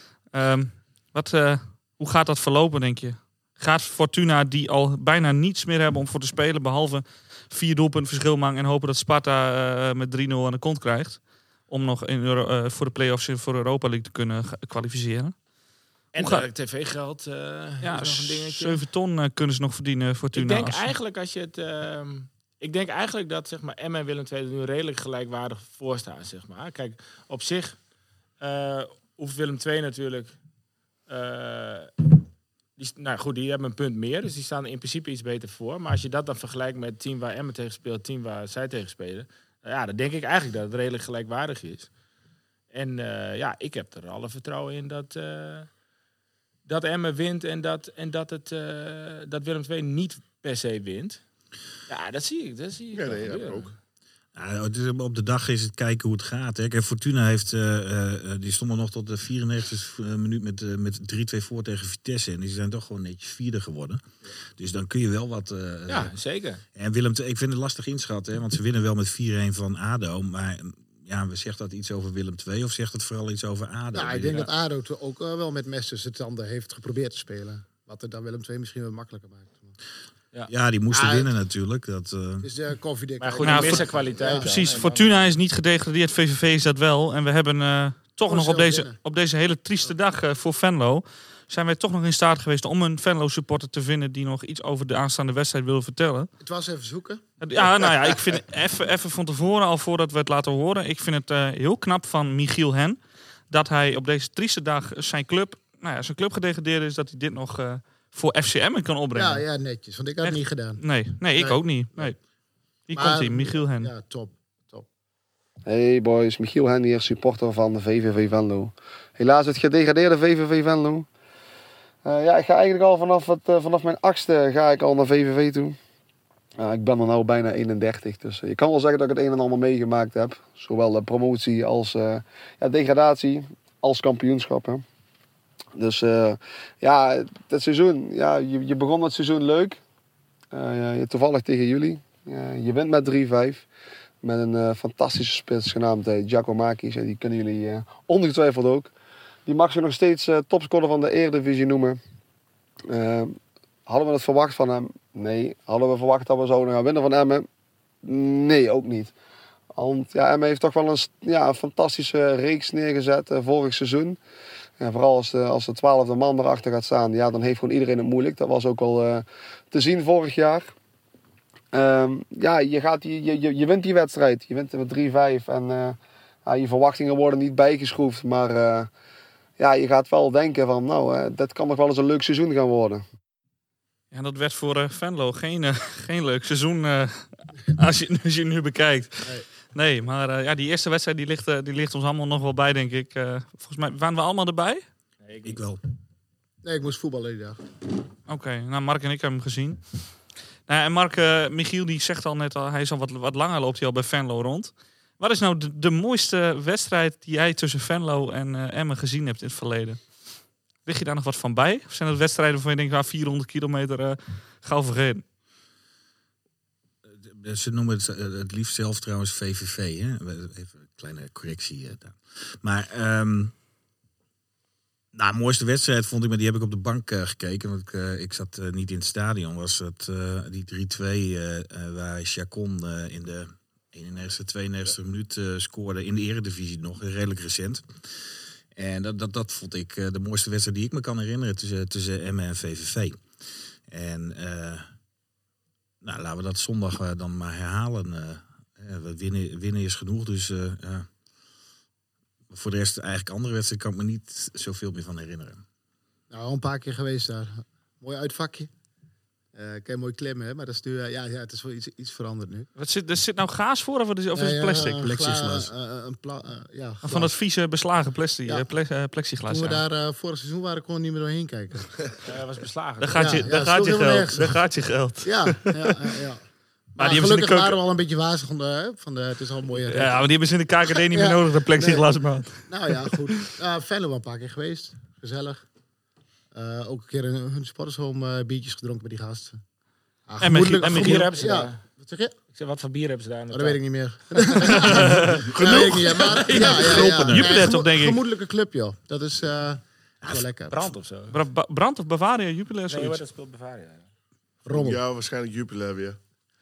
Speaker 5: Hoe gaat dat verlopen, denk je? Gaat Fortuna, die al bijna niets meer hebben om voor te spelen, behalve 4 doelpunten verschil maken en hopen dat Sparta met 3-0 aan de kont krijgt, om nog voor de play-offs voor Europa League te kunnen kwalificeren?
Speaker 8: En tv-geld is nog een dingetje.
Speaker 5: 7 ton kunnen ze nog verdienen, Fortuna.
Speaker 8: Ik denk eigenlijk als je het... ik denk eigenlijk dat zeg maar, Emmen en Willem II er nu redelijk gelijkwaardig voor staan. Zeg maar. Kijk, op zich hoeft Willem II natuurlijk... die hebben een punt meer. Dus die staan in principe iets beter voor. Maar als je dat dan vergelijkt met het team waar Emmen tegen speelt, het team waar zij tegen spelen, dan denk ik eigenlijk dat het redelijk gelijkwaardig is. En ik heb er alle vertrouwen in dat Emmen wint en dat Willem II niet per se wint. Ja, dat zie ik.
Speaker 4: Ja, nee, ook.
Speaker 6: Ja, op de dag is het kijken hoe het gaat. Hè. Kijk, Fortuna heeft, die stonden nog tot de 94 minuut met 3-2 voor tegen Vitesse. En die zijn toch gewoon netjes vierde geworden. Dus dan kun je wel wat...
Speaker 8: ja, zeker.
Speaker 6: En Willem II, ik vind het lastig inschatten. Hè, want ze winnen wel met 4-1 van ADO. Maar zegt dat iets over Willem II of zegt het vooral iets over ADO?
Speaker 7: Nou, ik denk dat ADO ook wel met mes tussen de tanden heeft geprobeerd te spelen. Wat er dan Willem II misschien wat makkelijker maakt.
Speaker 6: Ja, die moesten winnen natuurlijk. Dat
Speaker 7: is de koffiedik.
Speaker 8: Maar goed, missen kwaliteit.
Speaker 5: Ja, precies, Fortuna is niet gedegradeerd, VVV is dat wel. En we hebben toch nog op deze hele trieste dag voor Venlo, zijn wij toch nog in staat geweest om een Venlo-supporter te vinden die nog iets over de aanstaande wedstrijd wil vertellen.
Speaker 7: Het was even zoeken.
Speaker 5: Ja, ik vind even van tevoren, al voordat we het laten horen, ik vind het heel knap van Michiel Hen dat hij op deze trieste dag zijn club gedegradeerd is, dat hij dit nog voor FCM kan opbrengen.
Speaker 7: Ja, netjes, want ik had het niet gedaan.
Speaker 5: Nee, ik ook niet. Nee. Hier komt hij, Michiel Hen.
Speaker 7: Ja, top.
Speaker 9: Hey boys, Michiel Hen hier, supporter van de VVV Venlo. Helaas het gedegradeerde VVV Venlo. Ik ga eigenlijk al vanaf mijn 8e ga ik al naar VVV toe. Ik ben er nou bijna 31, dus je kan wel zeggen dat ik het een en ander meegemaakt heb. Zowel de promotie als degradatie, als kampioenschap. Hè. Dus dit seizoen, je begon het seizoen leuk. Toevallig tegen jullie. Je wint met 3-5. Met een fantastische spits genaamd Giacomakis. En die kunnen jullie ongetwijfeld ook. Die mag zich nog steeds topscorer van de Eredivisie noemen. Hadden we het verwacht van hem? Nee. Hadden we verwacht dat we zouden gaan winnen van Emmen? Nee, ook niet. Want Emmen heeft toch wel een fantastische reeks neergezet vorig seizoen. En vooral als de 12e man erachter gaat staan, dan heeft gewoon iedereen het moeilijk. Dat was ook al te zien vorig jaar. Je wint die wedstrijd. Je wint met 3-5 en je verwachtingen worden niet bijgeschroefd. Maar je gaat wel denken van, dat kan nog wel eens een leuk seizoen gaan worden.
Speaker 5: Ja, dat werd voor Venlo geen leuk seizoen als je nu bekijkt. Nee, maar die eerste wedstrijd die ligt ons allemaal nog wel bij, denk ik. Volgens mij waren we allemaal erbij.
Speaker 6: Nee, ik wel.
Speaker 7: Nee, ik moest voetballen die dag.
Speaker 5: Oké, nou Mark en ik hebben hem gezien. Nou, en Mark, Michiel die zegt al net al, hij is al wat langer loopt hij al bij Venlo rond. Wat is nou de mooiste wedstrijd die jij tussen Venlo en Emmen gezien hebt in het verleden? Lig je daar nog wat van bij? Of zijn dat wedstrijden waarvan je denkt, 400 kilometer gauw vergeten?
Speaker 6: Ze noemen het liefst zelf trouwens VVV. Hè? Even een kleine correctie daar. Maar de mooiste wedstrijd vond ik, maar die heb ik op de bank gekeken. Want ik zat niet in het stadion. Was het die 3-2 waar Chacon in de 91e, 92e minuut scoorde in de eredivisie nog. Redelijk recent. En dat vond ik de mooiste wedstrijd die ik me kan herinneren tussen Emmen en VVV. En laten we dat zondag dan maar herhalen. Winnen is genoeg, dus voor de rest eigenlijk andere wedstrijden kan ik me niet zoveel meer van herinneren.
Speaker 7: Nou, al een paar keer geweest daar. Mooi uitvakje. Kan je mooi klimmen, hè? Maar dat is nu, het is wel iets veranderd nu.
Speaker 5: Er zit nou gaas voor of is het plastic?
Speaker 6: Plexiglas.
Speaker 5: Van dat vieze beslagen plastic, plexiglas.
Speaker 7: Toen we daar vorig seizoen waren, kon je niet meer doorheen kijken.
Speaker 8: Dat was beslagen.
Speaker 5: Daar gaat je geld.
Speaker 7: Ja. Maar gelukkig waren we al een beetje wazig van de het is al een mooie...
Speaker 5: Ja, maar die hebben ze in de KKD niet meer nodig, dat plexiglas, man.
Speaker 7: Nou ja, goed. Venlo wel een paar keer geweest. Gezellig. Ook een keer in hun sportshome biertjes gedronken bij die gasten.
Speaker 5: En bier hebben
Speaker 8: ze daar.
Speaker 7: Wat zeg je?
Speaker 8: Ik zeg, wat voor bier hebben ze daar?
Speaker 7: Dat weet ik niet meer.
Speaker 5: Genoeg. Jupiler toch, denk ik.
Speaker 7: Gemoedelijke club, joh. Dat is wel lekker.
Speaker 8: Brand of zo.
Speaker 5: Brand of Bavaria, Jupiler, zoiets.
Speaker 8: Nee, dat speelt Bavaria.
Speaker 7: Rommel.
Speaker 4: Ja, waarschijnlijk Jupiler weer.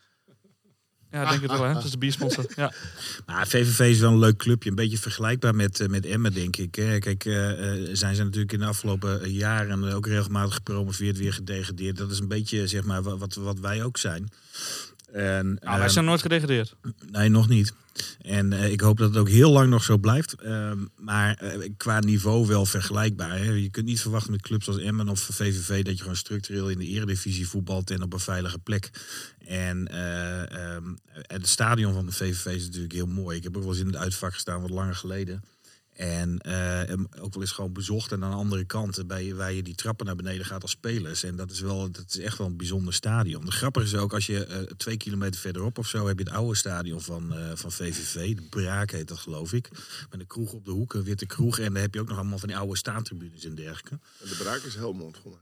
Speaker 5: Ja, denk het wel, hè. Dat is de biersponsor. Ja.
Speaker 6: Maar VVV is wel een leuk clubje. Een beetje vergelijkbaar met Emmen, denk ik. Kijk, zijn ze natuurlijk in de afgelopen jaren ook regelmatig gepromoveerd, weer gedegradeerd. Dat is een beetje, zeg maar, wat wij ook zijn. En,
Speaker 5: wij zijn nooit gedegradeerd.
Speaker 6: Nee, nog niet. En ik hoop dat het ook heel lang nog zo blijft. Maar qua niveau wel vergelijkbaar. Hè. Je kunt niet verwachten met clubs als Emmen of VVV dat je gewoon structureel in de eredivisie voetbalt en op een veilige plek. En het stadion van de VVV is natuurlijk heel mooi. Ik heb ook wel eens in het uitvak gestaan wat langer geleden. En ook wel eens gewoon bezocht. En aan de andere kant, waar je die trappen naar beneden gaat als spelers. En dat is echt wel een bijzonder stadion. De grappige is ook, als je 2 kilometer verderop of zo heb je het oude stadion van VVV. De Braak heet dat, geloof ik. Met een kroeg op de hoek, een witte kroeg. En daar heb je ook nog allemaal van die oude staantribunes en dergelijke. En
Speaker 4: de Braak is Helmond, voor mij.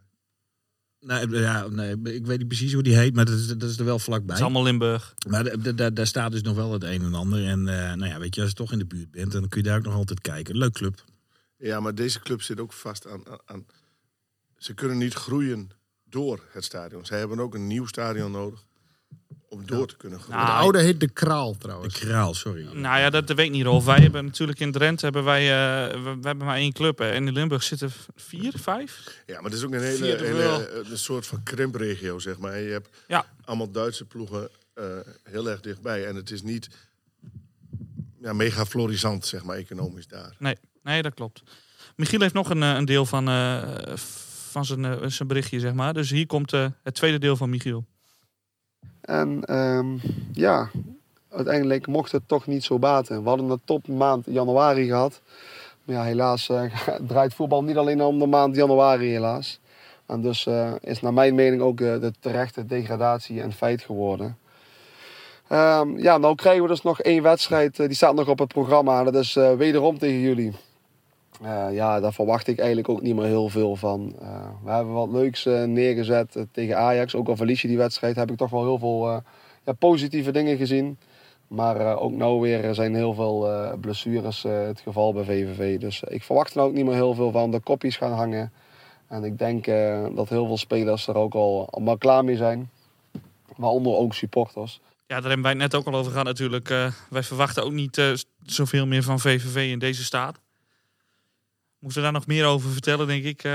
Speaker 6: Nee, ik weet niet precies hoe die heet, maar dat is er wel vlakbij.
Speaker 5: Het is allemaal Limburg.
Speaker 6: Maar daar staat dus nog wel het een en ander. En weet je, als je toch in de buurt bent, dan kun je daar ook nog altijd kijken. Leuk club.
Speaker 4: Ja, maar deze club zit ook vast aan... Ze kunnen niet groeien door het stadion. Zij hebben ook een nieuw stadion nodig om door te kunnen groeien.
Speaker 7: De oude heet de Kraal, trouwens.
Speaker 6: De Kraal, sorry.
Speaker 5: Nou ja, dat weet ik niet, Rolf. Wij hebben natuurlijk in Drenthe we hebben maar 1 club. Hè. En in Limburg zitten 4, 5.
Speaker 4: Ja, maar het is ook een soort van krimpregio, zeg maar. Je hebt allemaal Duitse ploegen heel erg dichtbij. En het is niet mega florisant, zeg maar, economisch daar.
Speaker 5: Nee, dat klopt. Michiel heeft nog een deel van zijn berichtje, zeg maar. Dus hier komt het tweede deel van Michiel.
Speaker 9: En uiteindelijk mocht het toch niet zo baten. We hadden een topmaand januari gehad. Maar ja, helaas draait voetbal niet alleen om de maand januari, helaas. En dus is naar mijn mening ook de terechte degradatie een feit geworden. Nou krijgen we dus nog 1 wedstrijd. Die staat nog op het programma. Dat is wederom tegen jullie. Daar verwacht ik eigenlijk ook niet meer heel veel van. We hebben wat leuks neergezet tegen Ajax. Ook al verlies je die wedstrijd, heb ik toch wel heel veel positieve dingen gezien. Maar ook nou weer zijn heel veel blessures het geval bij VVV. Dus ik verwacht er nou ook niet meer heel veel van. De kopjes gaan hangen. En ik denk dat heel veel spelers er ook al maar klaar mee zijn. Waaronder ook supporters.
Speaker 5: Ja, daar hebben wij het net ook al over gehad natuurlijk. Wij verwachten ook niet zoveel meer van VVV in deze staat. Moeten we daar nog meer over vertellen, denk ik.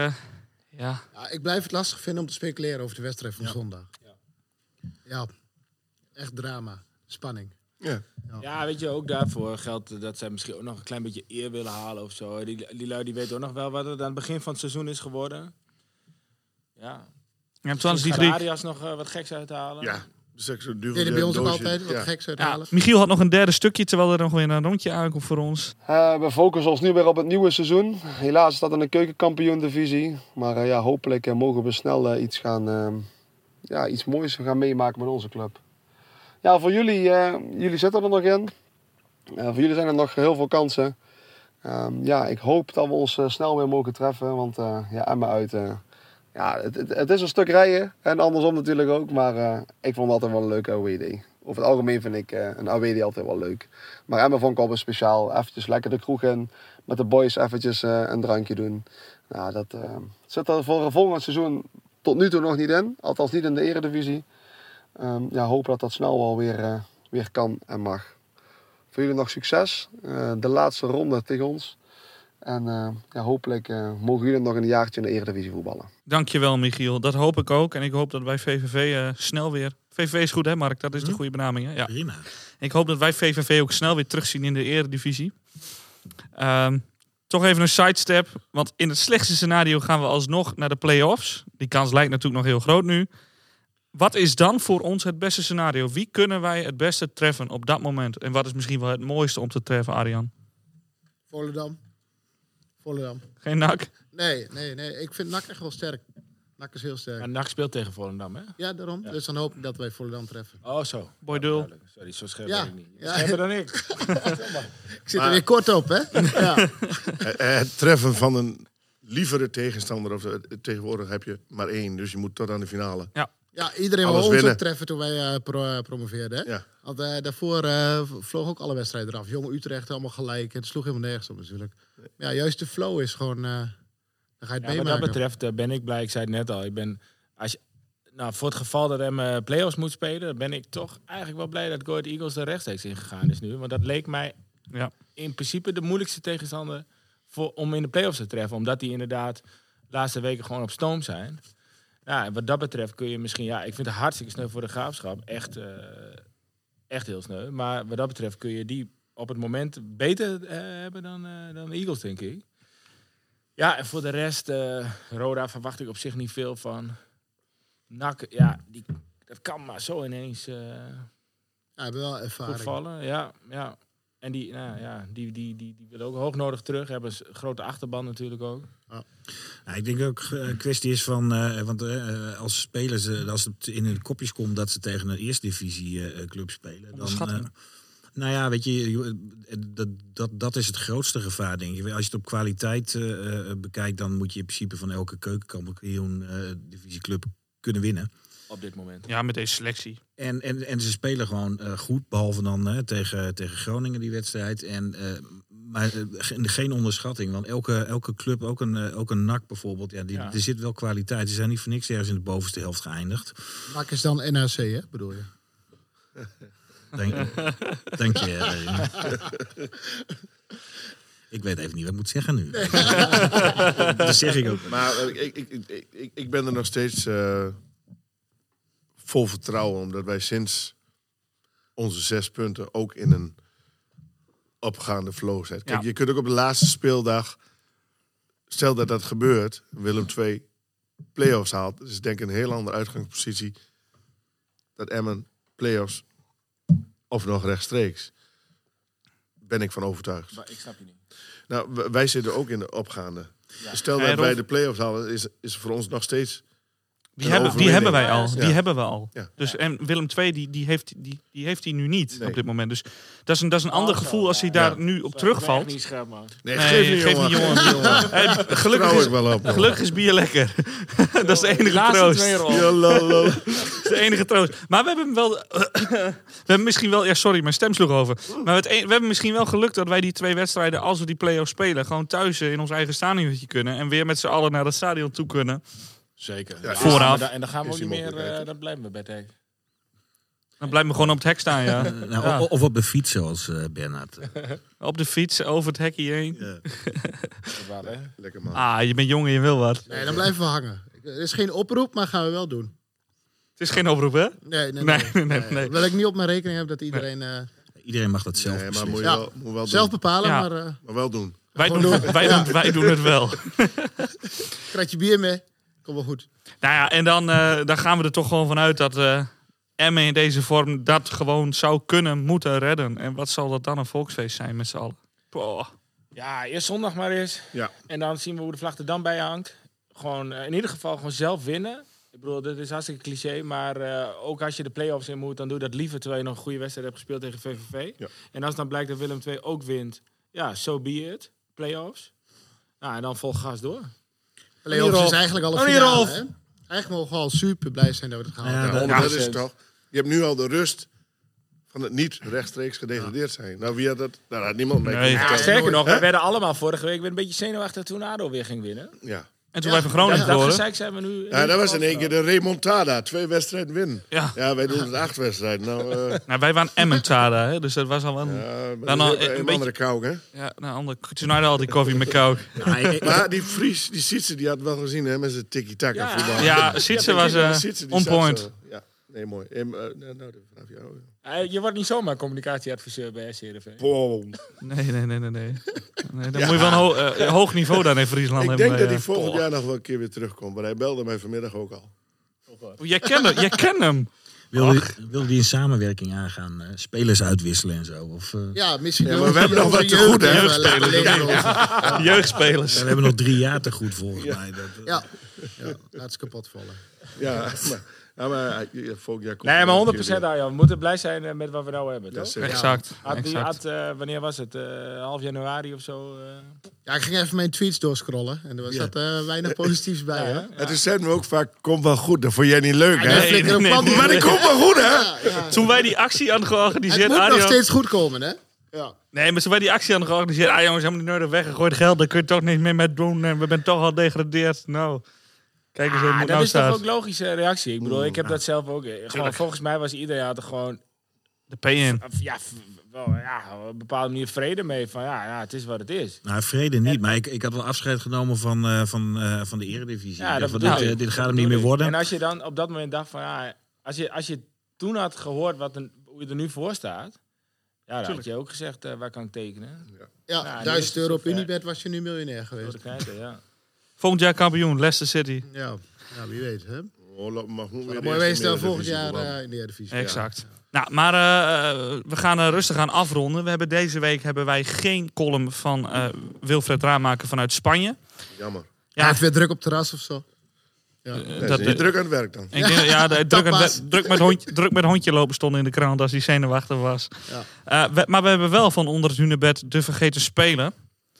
Speaker 7: Ik blijf het lastig vinden om te speculeren over de wedstrijd van zondag. Ja, echt drama. Spanning.
Speaker 8: Ja, weet je, ook daarvoor geldt dat zij misschien ook nog een klein beetje eer willen halen of zo. Die lui die weten ook nog wel wat het aan het begin van het seizoen is geworden. Ja.
Speaker 5: Ja, toen is die
Speaker 8: Arias nog wat geks uithalen.
Speaker 4: Ja,
Speaker 7: Deden bij ons ook altijd wat geks uithalen.
Speaker 5: Michiel had nog een derde stukje, terwijl er nog weer een rondje aankomt voor ons.
Speaker 9: We focussen ons nu weer op het nieuwe seizoen. Helaas is dat in de keukenkampioen-divisie. Maar hopelijk mogen we snel iets moois gaan meemaken met onze club. Ja, voor jullie, jullie zitten er nog in. Voor jullie zijn er nog heel veel kansen. Ik hoop dat we ons snel weer mogen treffen. Want Emmen uit... het is een stuk rijden. En andersom natuurlijk ook. Maar ik vond het altijd wel een leuke away-day. Over het algemeen vind ik een away-day altijd wel leuk. Maar Emmen vond ik altijd speciaal. Eventjes lekker de kroeg in. Met de boys eventjes een drankje doen. Nou, dat zit er voor het volgende seizoen tot nu toe nog niet in. Althans niet in de eredivisie. Hopen dat dat snel wel weer kan en mag. Voor jullie nog succes. De laatste ronde tegen ons. En hopelijk mogen jullie nog een jaartje in de eredivisie voetballen.
Speaker 5: Dankjewel, Michiel. Dat hoop ik ook. En ik hoop dat wij VVV snel weer... VVV is goed, hè, Mark? Dat is de goede benaming, hè? Ja.
Speaker 6: Prima.
Speaker 5: Ik hoop dat wij VVV ook snel weer terugzien in de eredivisie. Toch even een sidestep. Want in het slechtste scenario gaan we alsnog naar de play-offs. Die kans lijkt natuurlijk nog heel groot nu. Wat is dan voor ons het beste scenario? Wie kunnen wij het beste treffen op dat moment? En wat is misschien wel het mooiste om te treffen, Arjan?
Speaker 7: Volendam.
Speaker 5: Geen NAC?
Speaker 7: Nee. Ik vind NAC echt wel sterk. NAC is heel sterk.
Speaker 8: Maar NAC speelt tegen Volendam, hè?
Speaker 7: Ja, daarom. Ja. Dus dan hoop ik dat wij Volendam treffen.
Speaker 8: Oh, zo.
Speaker 5: Boydul.
Speaker 8: Sorry, zo scherp ben ik niet.
Speaker 7: Ja.
Speaker 8: Scherper dan ik.
Speaker 7: Ik zit er weer kort op, hè? Ja.
Speaker 4: Het treffen van een lievere tegenstander, of tegenwoordig heb je maar 1, dus je moet tot aan de finale.
Speaker 7: Ja, iedereen wil ons ook treffen toen wij promoveerden. Hè?
Speaker 4: Ja.
Speaker 7: Want daarvoor vlogen ook alle wedstrijden eraf. Jong Utrecht allemaal gelijk. Het sloeg helemaal nergens op natuurlijk. Ja, juist de flow is gewoon... dan ga je het meemaken.
Speaker 8: Wat dat betreft ben ik blij. Ik zei het net al. Voor het geval dat hem play-offs moet spelen... dan ben ik toch eigenlijk wel blij dat Go Ahead Eagles er rechtstreeks in gegaan is nu. Want dat leek mij in principe de moeilijkste tegenstander... om in de play-offs te treffen. Omdat die inderdaad de laatste weken gewoon op stoom zijn... Ja, en wat dat betreft kun je misschien... Ja, ik vind het hartstikke sneu voor de Graafschap. Echt heel sneu. Maar wat dat betreft kun je die op het moment beter hebben dan de Eagles, denk ik. Ja, en voor de rest... Roda verwacht ik op zich niet veel van. NAC, dat kan maar zo ineens
Speaker 7: hebben wel ervaring.
Speaker 8: goed vallen. Ja. En die willen ook hoog nodig terug. Hebben een grote achterban natuurlijk ook.
Speaker 6: Ja, ik denk ook een kwestie is van... als spelers, als het in hun kopjes komt dat ze tegen een eerste divisie club spelen... dan, weet je, dat is het grootste gevaar, denk ik. Als je het op kwaliteit bekijkt... dan moet je in principe van elke keukenkampioen divisieclub kunnen winnen.
Speaker 8: Op dit moment.
Speaker 5: Ja, met deze selectie.
Speaker 6: En ze spelen gewoon goed, behalve dan tegen Groningen die wedstrijd. Maar geen onderschatting, want elke club, ook een NAC bijvoorbeeld, er zit wel kwaliteit. Ze zijn niet voor niks ergens in de bovenste helft geëindigd.
Speaker 7: NAC is dan NAC, hè, bedoel je?
Speaker 6: Dank je. Ik weet even niet wat ik moet zeggen nu. Dat zeg ik ook.
Speaker 4: Maar ik ben er nog steeds vol vertrouwen, omdat wij sinds onze 6 punten ook in een opgaande flow zijn. Kijk, je kunt ook op de laatste speeldag, stel dat dat gebeurt, Willem II play-offs haalt, dus ik denk een heel andere uitgangspositie dat Emmen play-offs of nog rechtstreeks. Ben ik van overtuigd.
Speaker 8: Maar ik snap je niet.
Speaker 4: Nou, wij zitten ook in de opgaande. Ja. Stel dat wij de play-offs halen, is voor ons nog steeds...
Speaker 5: Die hebben wij al.
Speaker 4: Ja.
Speaker 5: Die hebben we al.
Speaker 4: Ja.
Speaker 5: Dus en Willem II die heeft hij nu niet op dit moment. Dus dat is een ander gevoel als hij daar nu op terugvalt.
Speaker 8: Niet scherp, man.
Speaker 4: Nee, geef niet, jongen.
Speaker 5: Gelukkig is bier lekker. Dat is de enige troost. Dat is de enige troost. Maar we hebben hem wel... we hebben misschien wel... Ja, sorry, mijn stem sloeg over. Maar we hebben misschien wel geluk dat wij die 2 wedstrijden, als we die play-offs spelen, gewoon thuis in ons eigen stadionetje kunnen. En weer met z'n allen naar het stadion toe kunnen.
Speaker 8: Zeker.
Speaker 4: Ja,
Speaker 5: vooraf.
Speaker 8: En dan gaan we ook niet meer... dan blijven we bij het hek.
Speaker 5: Dan blijven we gewoon op het hek staan, ja.
Speaker 6: Of op de fiets, zoals Bernhard.
Speaker 5: Op de fiets, over het hekje heen.
Speaker 6: Ja.
Speaker 4: Lekker man.
Speaker 5: Ah, je bent jong en je wil wat.
Speaker 7: Nee, dan blijven we hangen. Er is geen oproep, maar gaan we wel doen.
Speaker 5: Het is geen oproep, hè?
Speaker 7: Nee. Wil ik niet op mijn rekening hebben dat iedereen...
Speaker 6: Iedereen mag dat zelf
Speaker 4: maar moet je wel
Speaker 7: zelf
Speaker 4: doen.
Speaker 7: bepalen,
Speaker 5: Ja.
Speaker 7: maar...
Speaker 4: wel doen.
Speaker 5: Wij doen het wel.
Speaker 7: Krijg je bier mee? Komt wel goed.
Speaker 5: Nou ja, en dan gaan we er toch gewoon vanuit dat Emmen in deze vorm dat gewoon zou kunnen moeten redden. En wat zal dat dan een volksfeest zijn met z'n allen? Boah.
Speaker 8: Ja, eerst zondag maar eens.
Speaker 4: Ja.
Speaker 8: En dan zien we hoe de vlag er dan bij hangt. Gewoon in ieder geval gewoon zelf winnen. Ik bedoel, dit is hartstikke cliché. Maar ook als je de play-offs in moet, dan doe je dat liever terwijl je nog een goede wedstrijd hebt gespeeld tegen VVV.
Speaker 4: Ja.
Speaker 8: En als dan blijkt dat Willem II ook wint, ja, so be it. Play-offs. Nou, en dan vol gas door.
Speaker 7: Play-offs is eigenlijk al een finale, hè? Eigenlijk mogen we al super blij zijn dat we het gehaald hebben.
Speaker 4: Dat is toch. Je hebt nu al de rust van het niet rechtstreeks gedegradeerd zijn. Nou, wie had dat? Nou, daar had niemand mee kunnen
Speaker 8: Ja,
Speaker 4: vertellen.
Speaker 8: sterker nog, we werden allemaal vorige week weer een beetje zenuwachtig toen ADO weer ging winnen.
Speaker 4: Ja.
Speaker 5: En toen wij van Groningen
Speaker 8: Dat
Speaker 5: verloren.
Speaker 8: gezeik zijn we nu...
Speaker 4: Ja, dat was in één keer de remontada. 2 wedstrijden winnen.
Speaker 5: Ja.
Speaker 4: Ja, wij doen het 8 wedstrijden.
Speaker 5: Nou, wij waren Emmentada, hè? Dus dat was al wel een...
Speaker 4: Maar
Speaker 5: dan
Speaker 4: dat is
Speaker 5: een
Speaker 4: een
Speaker 5: beetje-
Speaker 4: andere kou, hè?
Speaker 5: Ja, nou, andere... Toen hadden al die koffie met kou.
Speaker 4: Maar die Fries, die Sietse, die had wel gezien, hè? Met zijn tiki-taka voetbal.
Speaker 5: Ja, Sietse was
Speaker 4: Sietse, die
Speaker 5: on
Speaker 4: zat
Speaker 5: point.
Speaker 4: zo. Ja, nee, mooi. Nou, dat vanaf jou.
Speaker 8: Je wordt niet zomaar communicatieadviseur bij SCRV.
Speaker 4: Boom.
Speaker 5: Nee. Dan moet je wel een hoog niveau dan in Friesland
Speaker 4: Ik
Speaker 5: hebben.
Speaker 4: denk dat hij
Speaker 5: ja.
Speaker 4: volgend jaar nog wel een keer weer terugkomt. Maar hij belde mij vanmiddag ook al.
Speaker 5: Jij kent hem.
Speaker 6: Wilde die een samenwerking aangaan? Spelers uitwisselen en zo? Of,
Speaker 7: Ja, misschien
Speaker 4: Ja, maar we hebben nog wat te goed, hè?
Speaker 5: Jeugdspelers.
Speaker 6: we hebben nog 3 jaar te goed volgens mij.
Speaker 7: Ja, laat ze kapot vallen.
Speaker 4: Ja, maar volgend jaar komt
Speaker 8: Nee,
Speaker 4: hij
Speaker 8: maar
Speaker 4: nog een
Speaker 8: 100%
Speaker 4: keer weer.
Speaker 8: Arjan. We moeten blij zijn met wat we nou hebben.
Speaker 4: Ja,
Speaker 8: Toch?
Speaker 4: zeker.
Speaker 5: Exact.
Speaker 8: Wanneer was het? Half januari of zo?
Speaker 7: Ja, ik ging even mijn tweets doorscrollen. En er zat weinig positiefs bij, hè?
Speaker 4: En toen zeiden we ook vaak, komt wel goed. Dat vond jij niet leuk, hè?
Speaker 5: nee.
Speaker 4: Maar die komt wel goed, hè?
Speaker 5: Toen wij die actie hadden
Speaker 7: Het
Speaker 5: georganiseerd...
Speaker 7: moet nog
Speaker 5: Arjan-
Speaker 7: steeds goed komen, hè? Ja.
Speaker 5: Nee, maar toen wij die actie hadden georganiseerd... jongens, helemaal niet nodig weggegooid geld. Daar kun je toch niet meer mee doen. En we zijn toch al gedegradeerd. Nou, kijk eens hoe het moet
Speaker 8: dat
Speaker 5: nou
Speaker 8: is toch
Speaker 5: staan.
Speaker 8: ook logische reactie. Ik bedoel, ik heb dat zelf ook. Gewoon, volgens mij was iedereen had er gewoon
Speaker 5: De PN.
Speaker 8: op een bepaalde manier vrede mee. Van ja, het is wat het is.
Speaker 6: Nou, vrede niet. Maar ik had wel afscheid genomen van de eredivisie.
Speaker 8: Ja, dat
Speaker 6: Van
Speaker 8: bedoel
Speaker 6: dit,
Speaker 8: ik.
Speaker 6: dit gaat
Speaker 8: Dat
Speaker 6: hem niet
Speaker 8: bedoel
Speaker 6: meer
Speaker 8: ik.
Speaker 6: worden.
Speaker 8: En als je dan op dat moment dacht van ja, als je toen had gehoord hoe je er nu voor staat, ja, dan had je ook gezegd waar kan ik tekenen.
Speaker 7: Ja,
Speaker 8: Nou,
Speaker 7: €1000
Speaker 8: nu is het
Speaker 7: op
Speaker 8: zover.
Speaker 7: Unibet was je nu miljonair
Speaker 8: Door
Speaker 7: geweest.
Speaker 8: de knijter, ja.
Speaker 5: Volgend jaar kampioen, Leicester City.
Speaker 7: Ja, wie weet, hè?
Speaker 4: Mag
Speaker 7: Mooi wezen dan volgend jaar in de Eredivisie.
Speaker 5: Exact. Nou, maar we gaan rustig aan afronden. Deze week hebben wij geen column van Wilfred Raamaker vanuit Spanje.
Speaker 4: Jammer.
Speaker 7: Ja, het weer druk op terras of zo. Ja.
Speaker 4: Dat is niet druk aan het werk dan.
Speaker 5: Ik denk, ja,
Speaker 7: Tapas.
Speaker 5: druk met hondje lopen stond in de krant als hij zenuwachtig was.
Speaker 7: Ja.
Speaker 5: Maar we hebben wel van onder het hunebed de vergeten speler.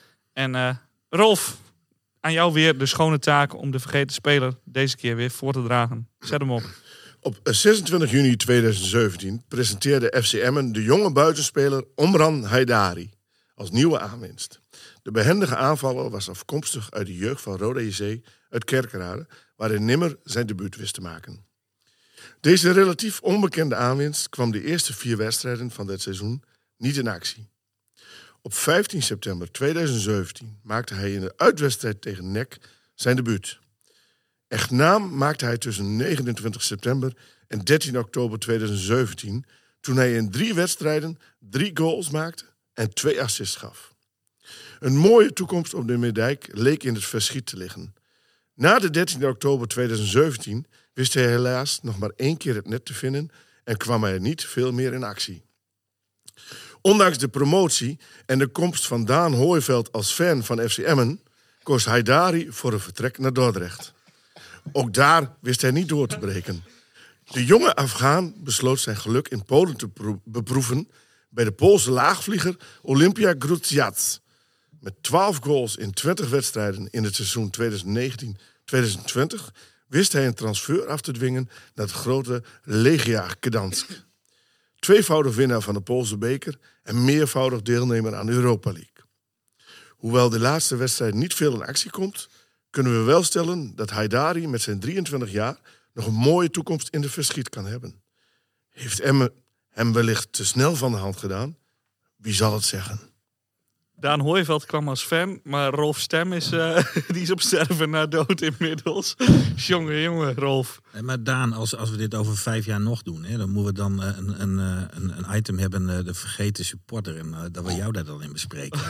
Speaker 5: En Rolf, aan jou weer de schone taak om de vergeten speler deze keer weer voor te dragen. Zet hem op.
Speaker 4: Op 26 juni 2017 presenteerde FC Emmen de jonge buitenspeler Omran Haidari als nieuwe aanwinst. De behendige aanvaller was afkomstig uit de jeugd van Roda JC uit Kerkrade, waar hij nimmer zijn debuut wist te maken. Deze relatief onbekende aanwinst kwam de eerste 4 wedstrijden van dit seizoen niet in actie. Op 15 september 2017 maakte hij in de uitwedstrijd tegen NEC zijn debuut. Echt naam maakte hij tussen 29 september en 13 oktober 2017... toen hij in 3 wedstrijden 3 goals maakte en 2 assists gaf. Een mooie toekomst op de Meerdijk leek in het verschiet te liggen. Na de 13 oktober 2017 wist hij helaas nog maar 1 keer het net te vinden... en kwam hij niet veel meer in actie. Ondanks de promotie en de komst van Daan Hooiveld als fan van FC Emmen... koos Haidari voor een vertrek naar Dordrecht. Ook daar wist hij niet door te breken. De jonge Afghaan besloot zijn geluk in Polen te beproeven... bij de Poolse laagvlieger Olimpia Grudziądz. Met 12 goals in 20 wedstrijden in het seizoen 2019-2020... wist hij een transfer af te dwingen naar het grote Legia Gdansk. 2-voudig winnaar van de Poolse beker en meervoudig deelnemer aan de Europa League. Hoewel de laatste wedstrijd niet veel in actie komt... kunnen we wel stellen dat Haidari met zijn 23 jaar... nog een mooie toekomst in de verschiet kan hebben. Heeft Emmen hem wellicht te snel van de hand gedaan? Wie zal het zeggen?
Speaker 5: Daan Hooiveld kwam als fan, maar Rolf Stem is, die is op sterven na dood inmiddels. jongen, Rolf.
Speaker 6: Maar Daan, als we dit over 5 jaar nog doen... Hè, dan moeten we dan een item hebben... de vergeten supporter. En dat we jou daar dan in bespreken.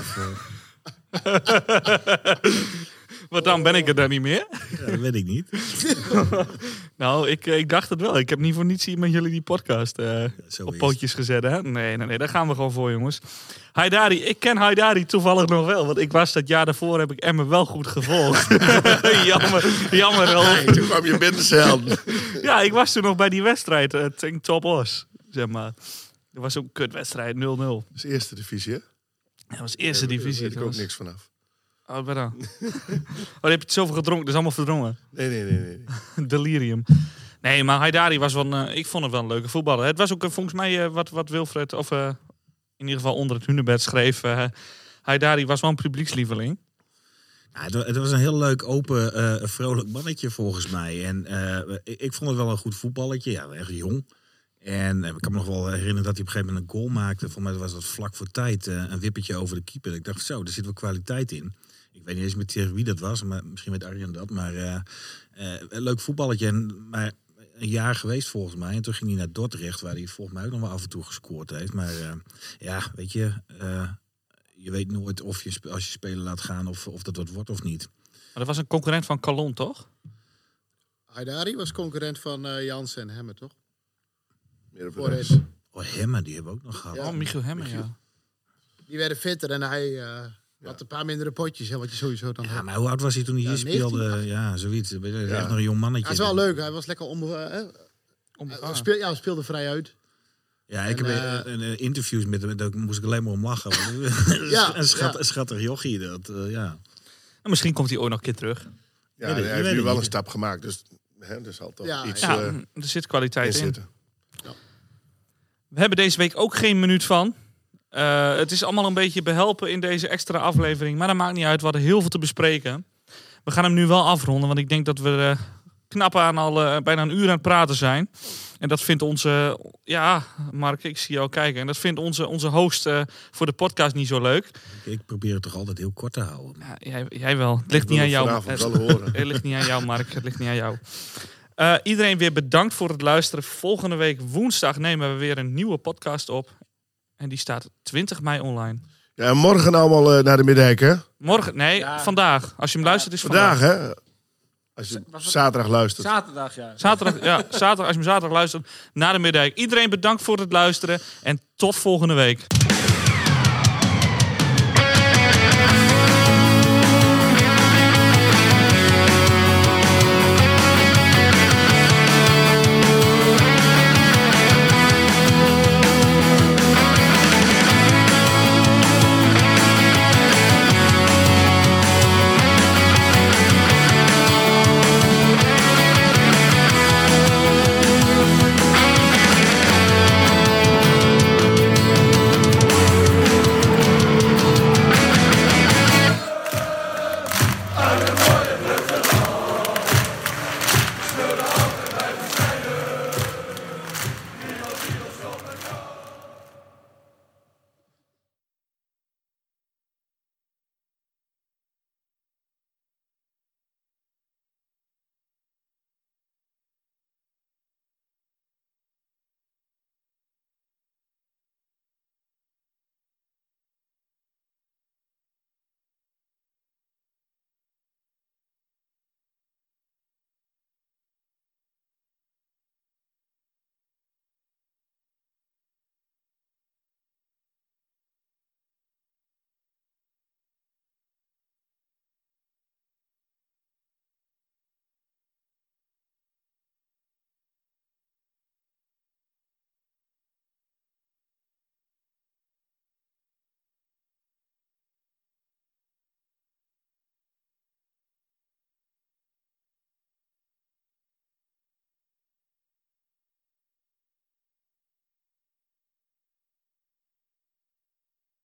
Speaker 5: Want dan ben ik er dan niet meer.
Speaker 6: Ja, dat weet ik niet.
Speaker 5: Nou, ik dacht het wel. Ik heb niet voor niets hier met jullie die podcast op pootjes gezet. Hè? Nee, daar gaan we gewoon voor, jongens. Haidari, ik ken Haidari toevallig nog wel. Want ik was dat jaar daarvoor, heb ik Emmen wel goed gevolgd. jammer wel.
Speaker 4: Nee, toen kwam je binnen zelden.
Speaker 5: Ja, ik was toen nog bij die wedstrijd tegen Top Os, zeg maar. Dat was ook een kutwedstrijd, 0-0.
Speaker 4: Dat is eerste divisie, hè?
Speaker 5: Dat was eerste divisie.
Speaker 4: Daar weet ik ook niks vanaf.
Speaker 5: Oh, wat dan? Heb je het zoveel gedronken? Dat is allemaal verdrongen.
Speaker 4: Nee.
Speaker 5: Delirium. Nee, maar Haidari was wel ik vond het wel een leuke voetballer. Het was ook volgens mij wat Wilfred, of in ieder geval onder het hunebed schreef. Haidari was wel een publiekslieveling.
Speaker 6: Ja, het was een heel leuk, open, vrolijk mannetje volgens mij. En ik vond het wel een goed voetballetje. Ja, echt jong. En ik kan me nog wel herinneren dat hij op een gegeven moment een goal maakte. Voor mij was dat vlak voor tijd. Een wippertje over de keeper. Ik dacht, zo, er zit wel kwaliteit in. Ik weet niet eens met wie dat was. Maar misschien met Arjen dat. Maar een leuk voetballetje. Maar een jaar geweest volgens mij. En toen ging hij naar Dordrecht. Waar hij volgens mij ook nog wel af en toe gescoord heeft. Maar ja, weet je. Je weet nooit of je als je spelen laat gaan of dat wat wordt of niet.
Speaker 5: Maar dat was een concurrent van Calon, toch?
Speaker 7: Haidari was concurrent van Jansen en Hemmer, toch?
Speaker 4: Voorrees.
Speaker 6: Oh, Hemmer, die hebben we ook nog gehad.
Speaker 5: Ja. Oh, Michiel Hemmer, ja.
Speaker 7: Die werden fitter en hij had een paar mindere potjes. Hè, wat je sowieso dan
Speaker 6: Ja, maar hoe oud was hij toen hij hier
Speaker 7: 19,
Speaker 6: speelde?
Speaker 7: 18.
Speaker 6: Ja, zoiets. Echt nog een jong mannetje.
Speaker 7: Hij is wel leuk. Hij was lekker hij speelde vrij uit.
Speaker 6: Ja, ik heb interviews met hem, daar moest ik alleen maar om lachen. Een schattig jochie. Dat, ja.
Speaker 5: Nou, misschien komt hij ooit nog een keer terug.
Speaker 4: Ja, hij heeft nu wel een stap gemaakt. Dus er zal toch iets
Speaker 5: er zit kwaliteit in.
Speaker 4: zitten.
Speaker 5: We hebben deze week ook geen minuut van. Het is allemaal een beetje behelpen in deze extra aflevering. Maar dat maakt niet uit. We hadden heel veel te bespreken. We gaan hem nu wel afronden. Want ik denk dat we knap aan al bijna een uur aan het praten zijn. En dat vindt onze... Ja, Mark, ik zie jou kijken. En dat vindt onze host voor de podcast niet zo leuk.
Speaker 6: Ik probeer het toch altijd heel kort te houden.
Speaker 5: Ja, jij wel. Het ligt niet aan jou.
Speaker 4: Het
Speaker 5: ligt niet aan jou, Mark. Het ligt niet aan jou. Iedereen weer bedankt voor het luisteren. Volgende week woensdag nemen we weer een nieuwe podcast op. En die staat 20 mei online.
Speaker 4: Ja, en morgen allemaal naar de Middijk, hè?
Speaker 5: Morgen? Nee, vandaag. Als je hem luistert is
Speaker 4: vandaag.
Speaker 5: Vandaag,
Speaker 4: Hè? Als je zaterdag luistert.
Speaker 8: Zaterdag, ja.
Speaker 5: Zaterdag, als je hem zaterdag luistert, naar de Middijk. Iedereen bedankt voor het luisteren. En tot volgende week.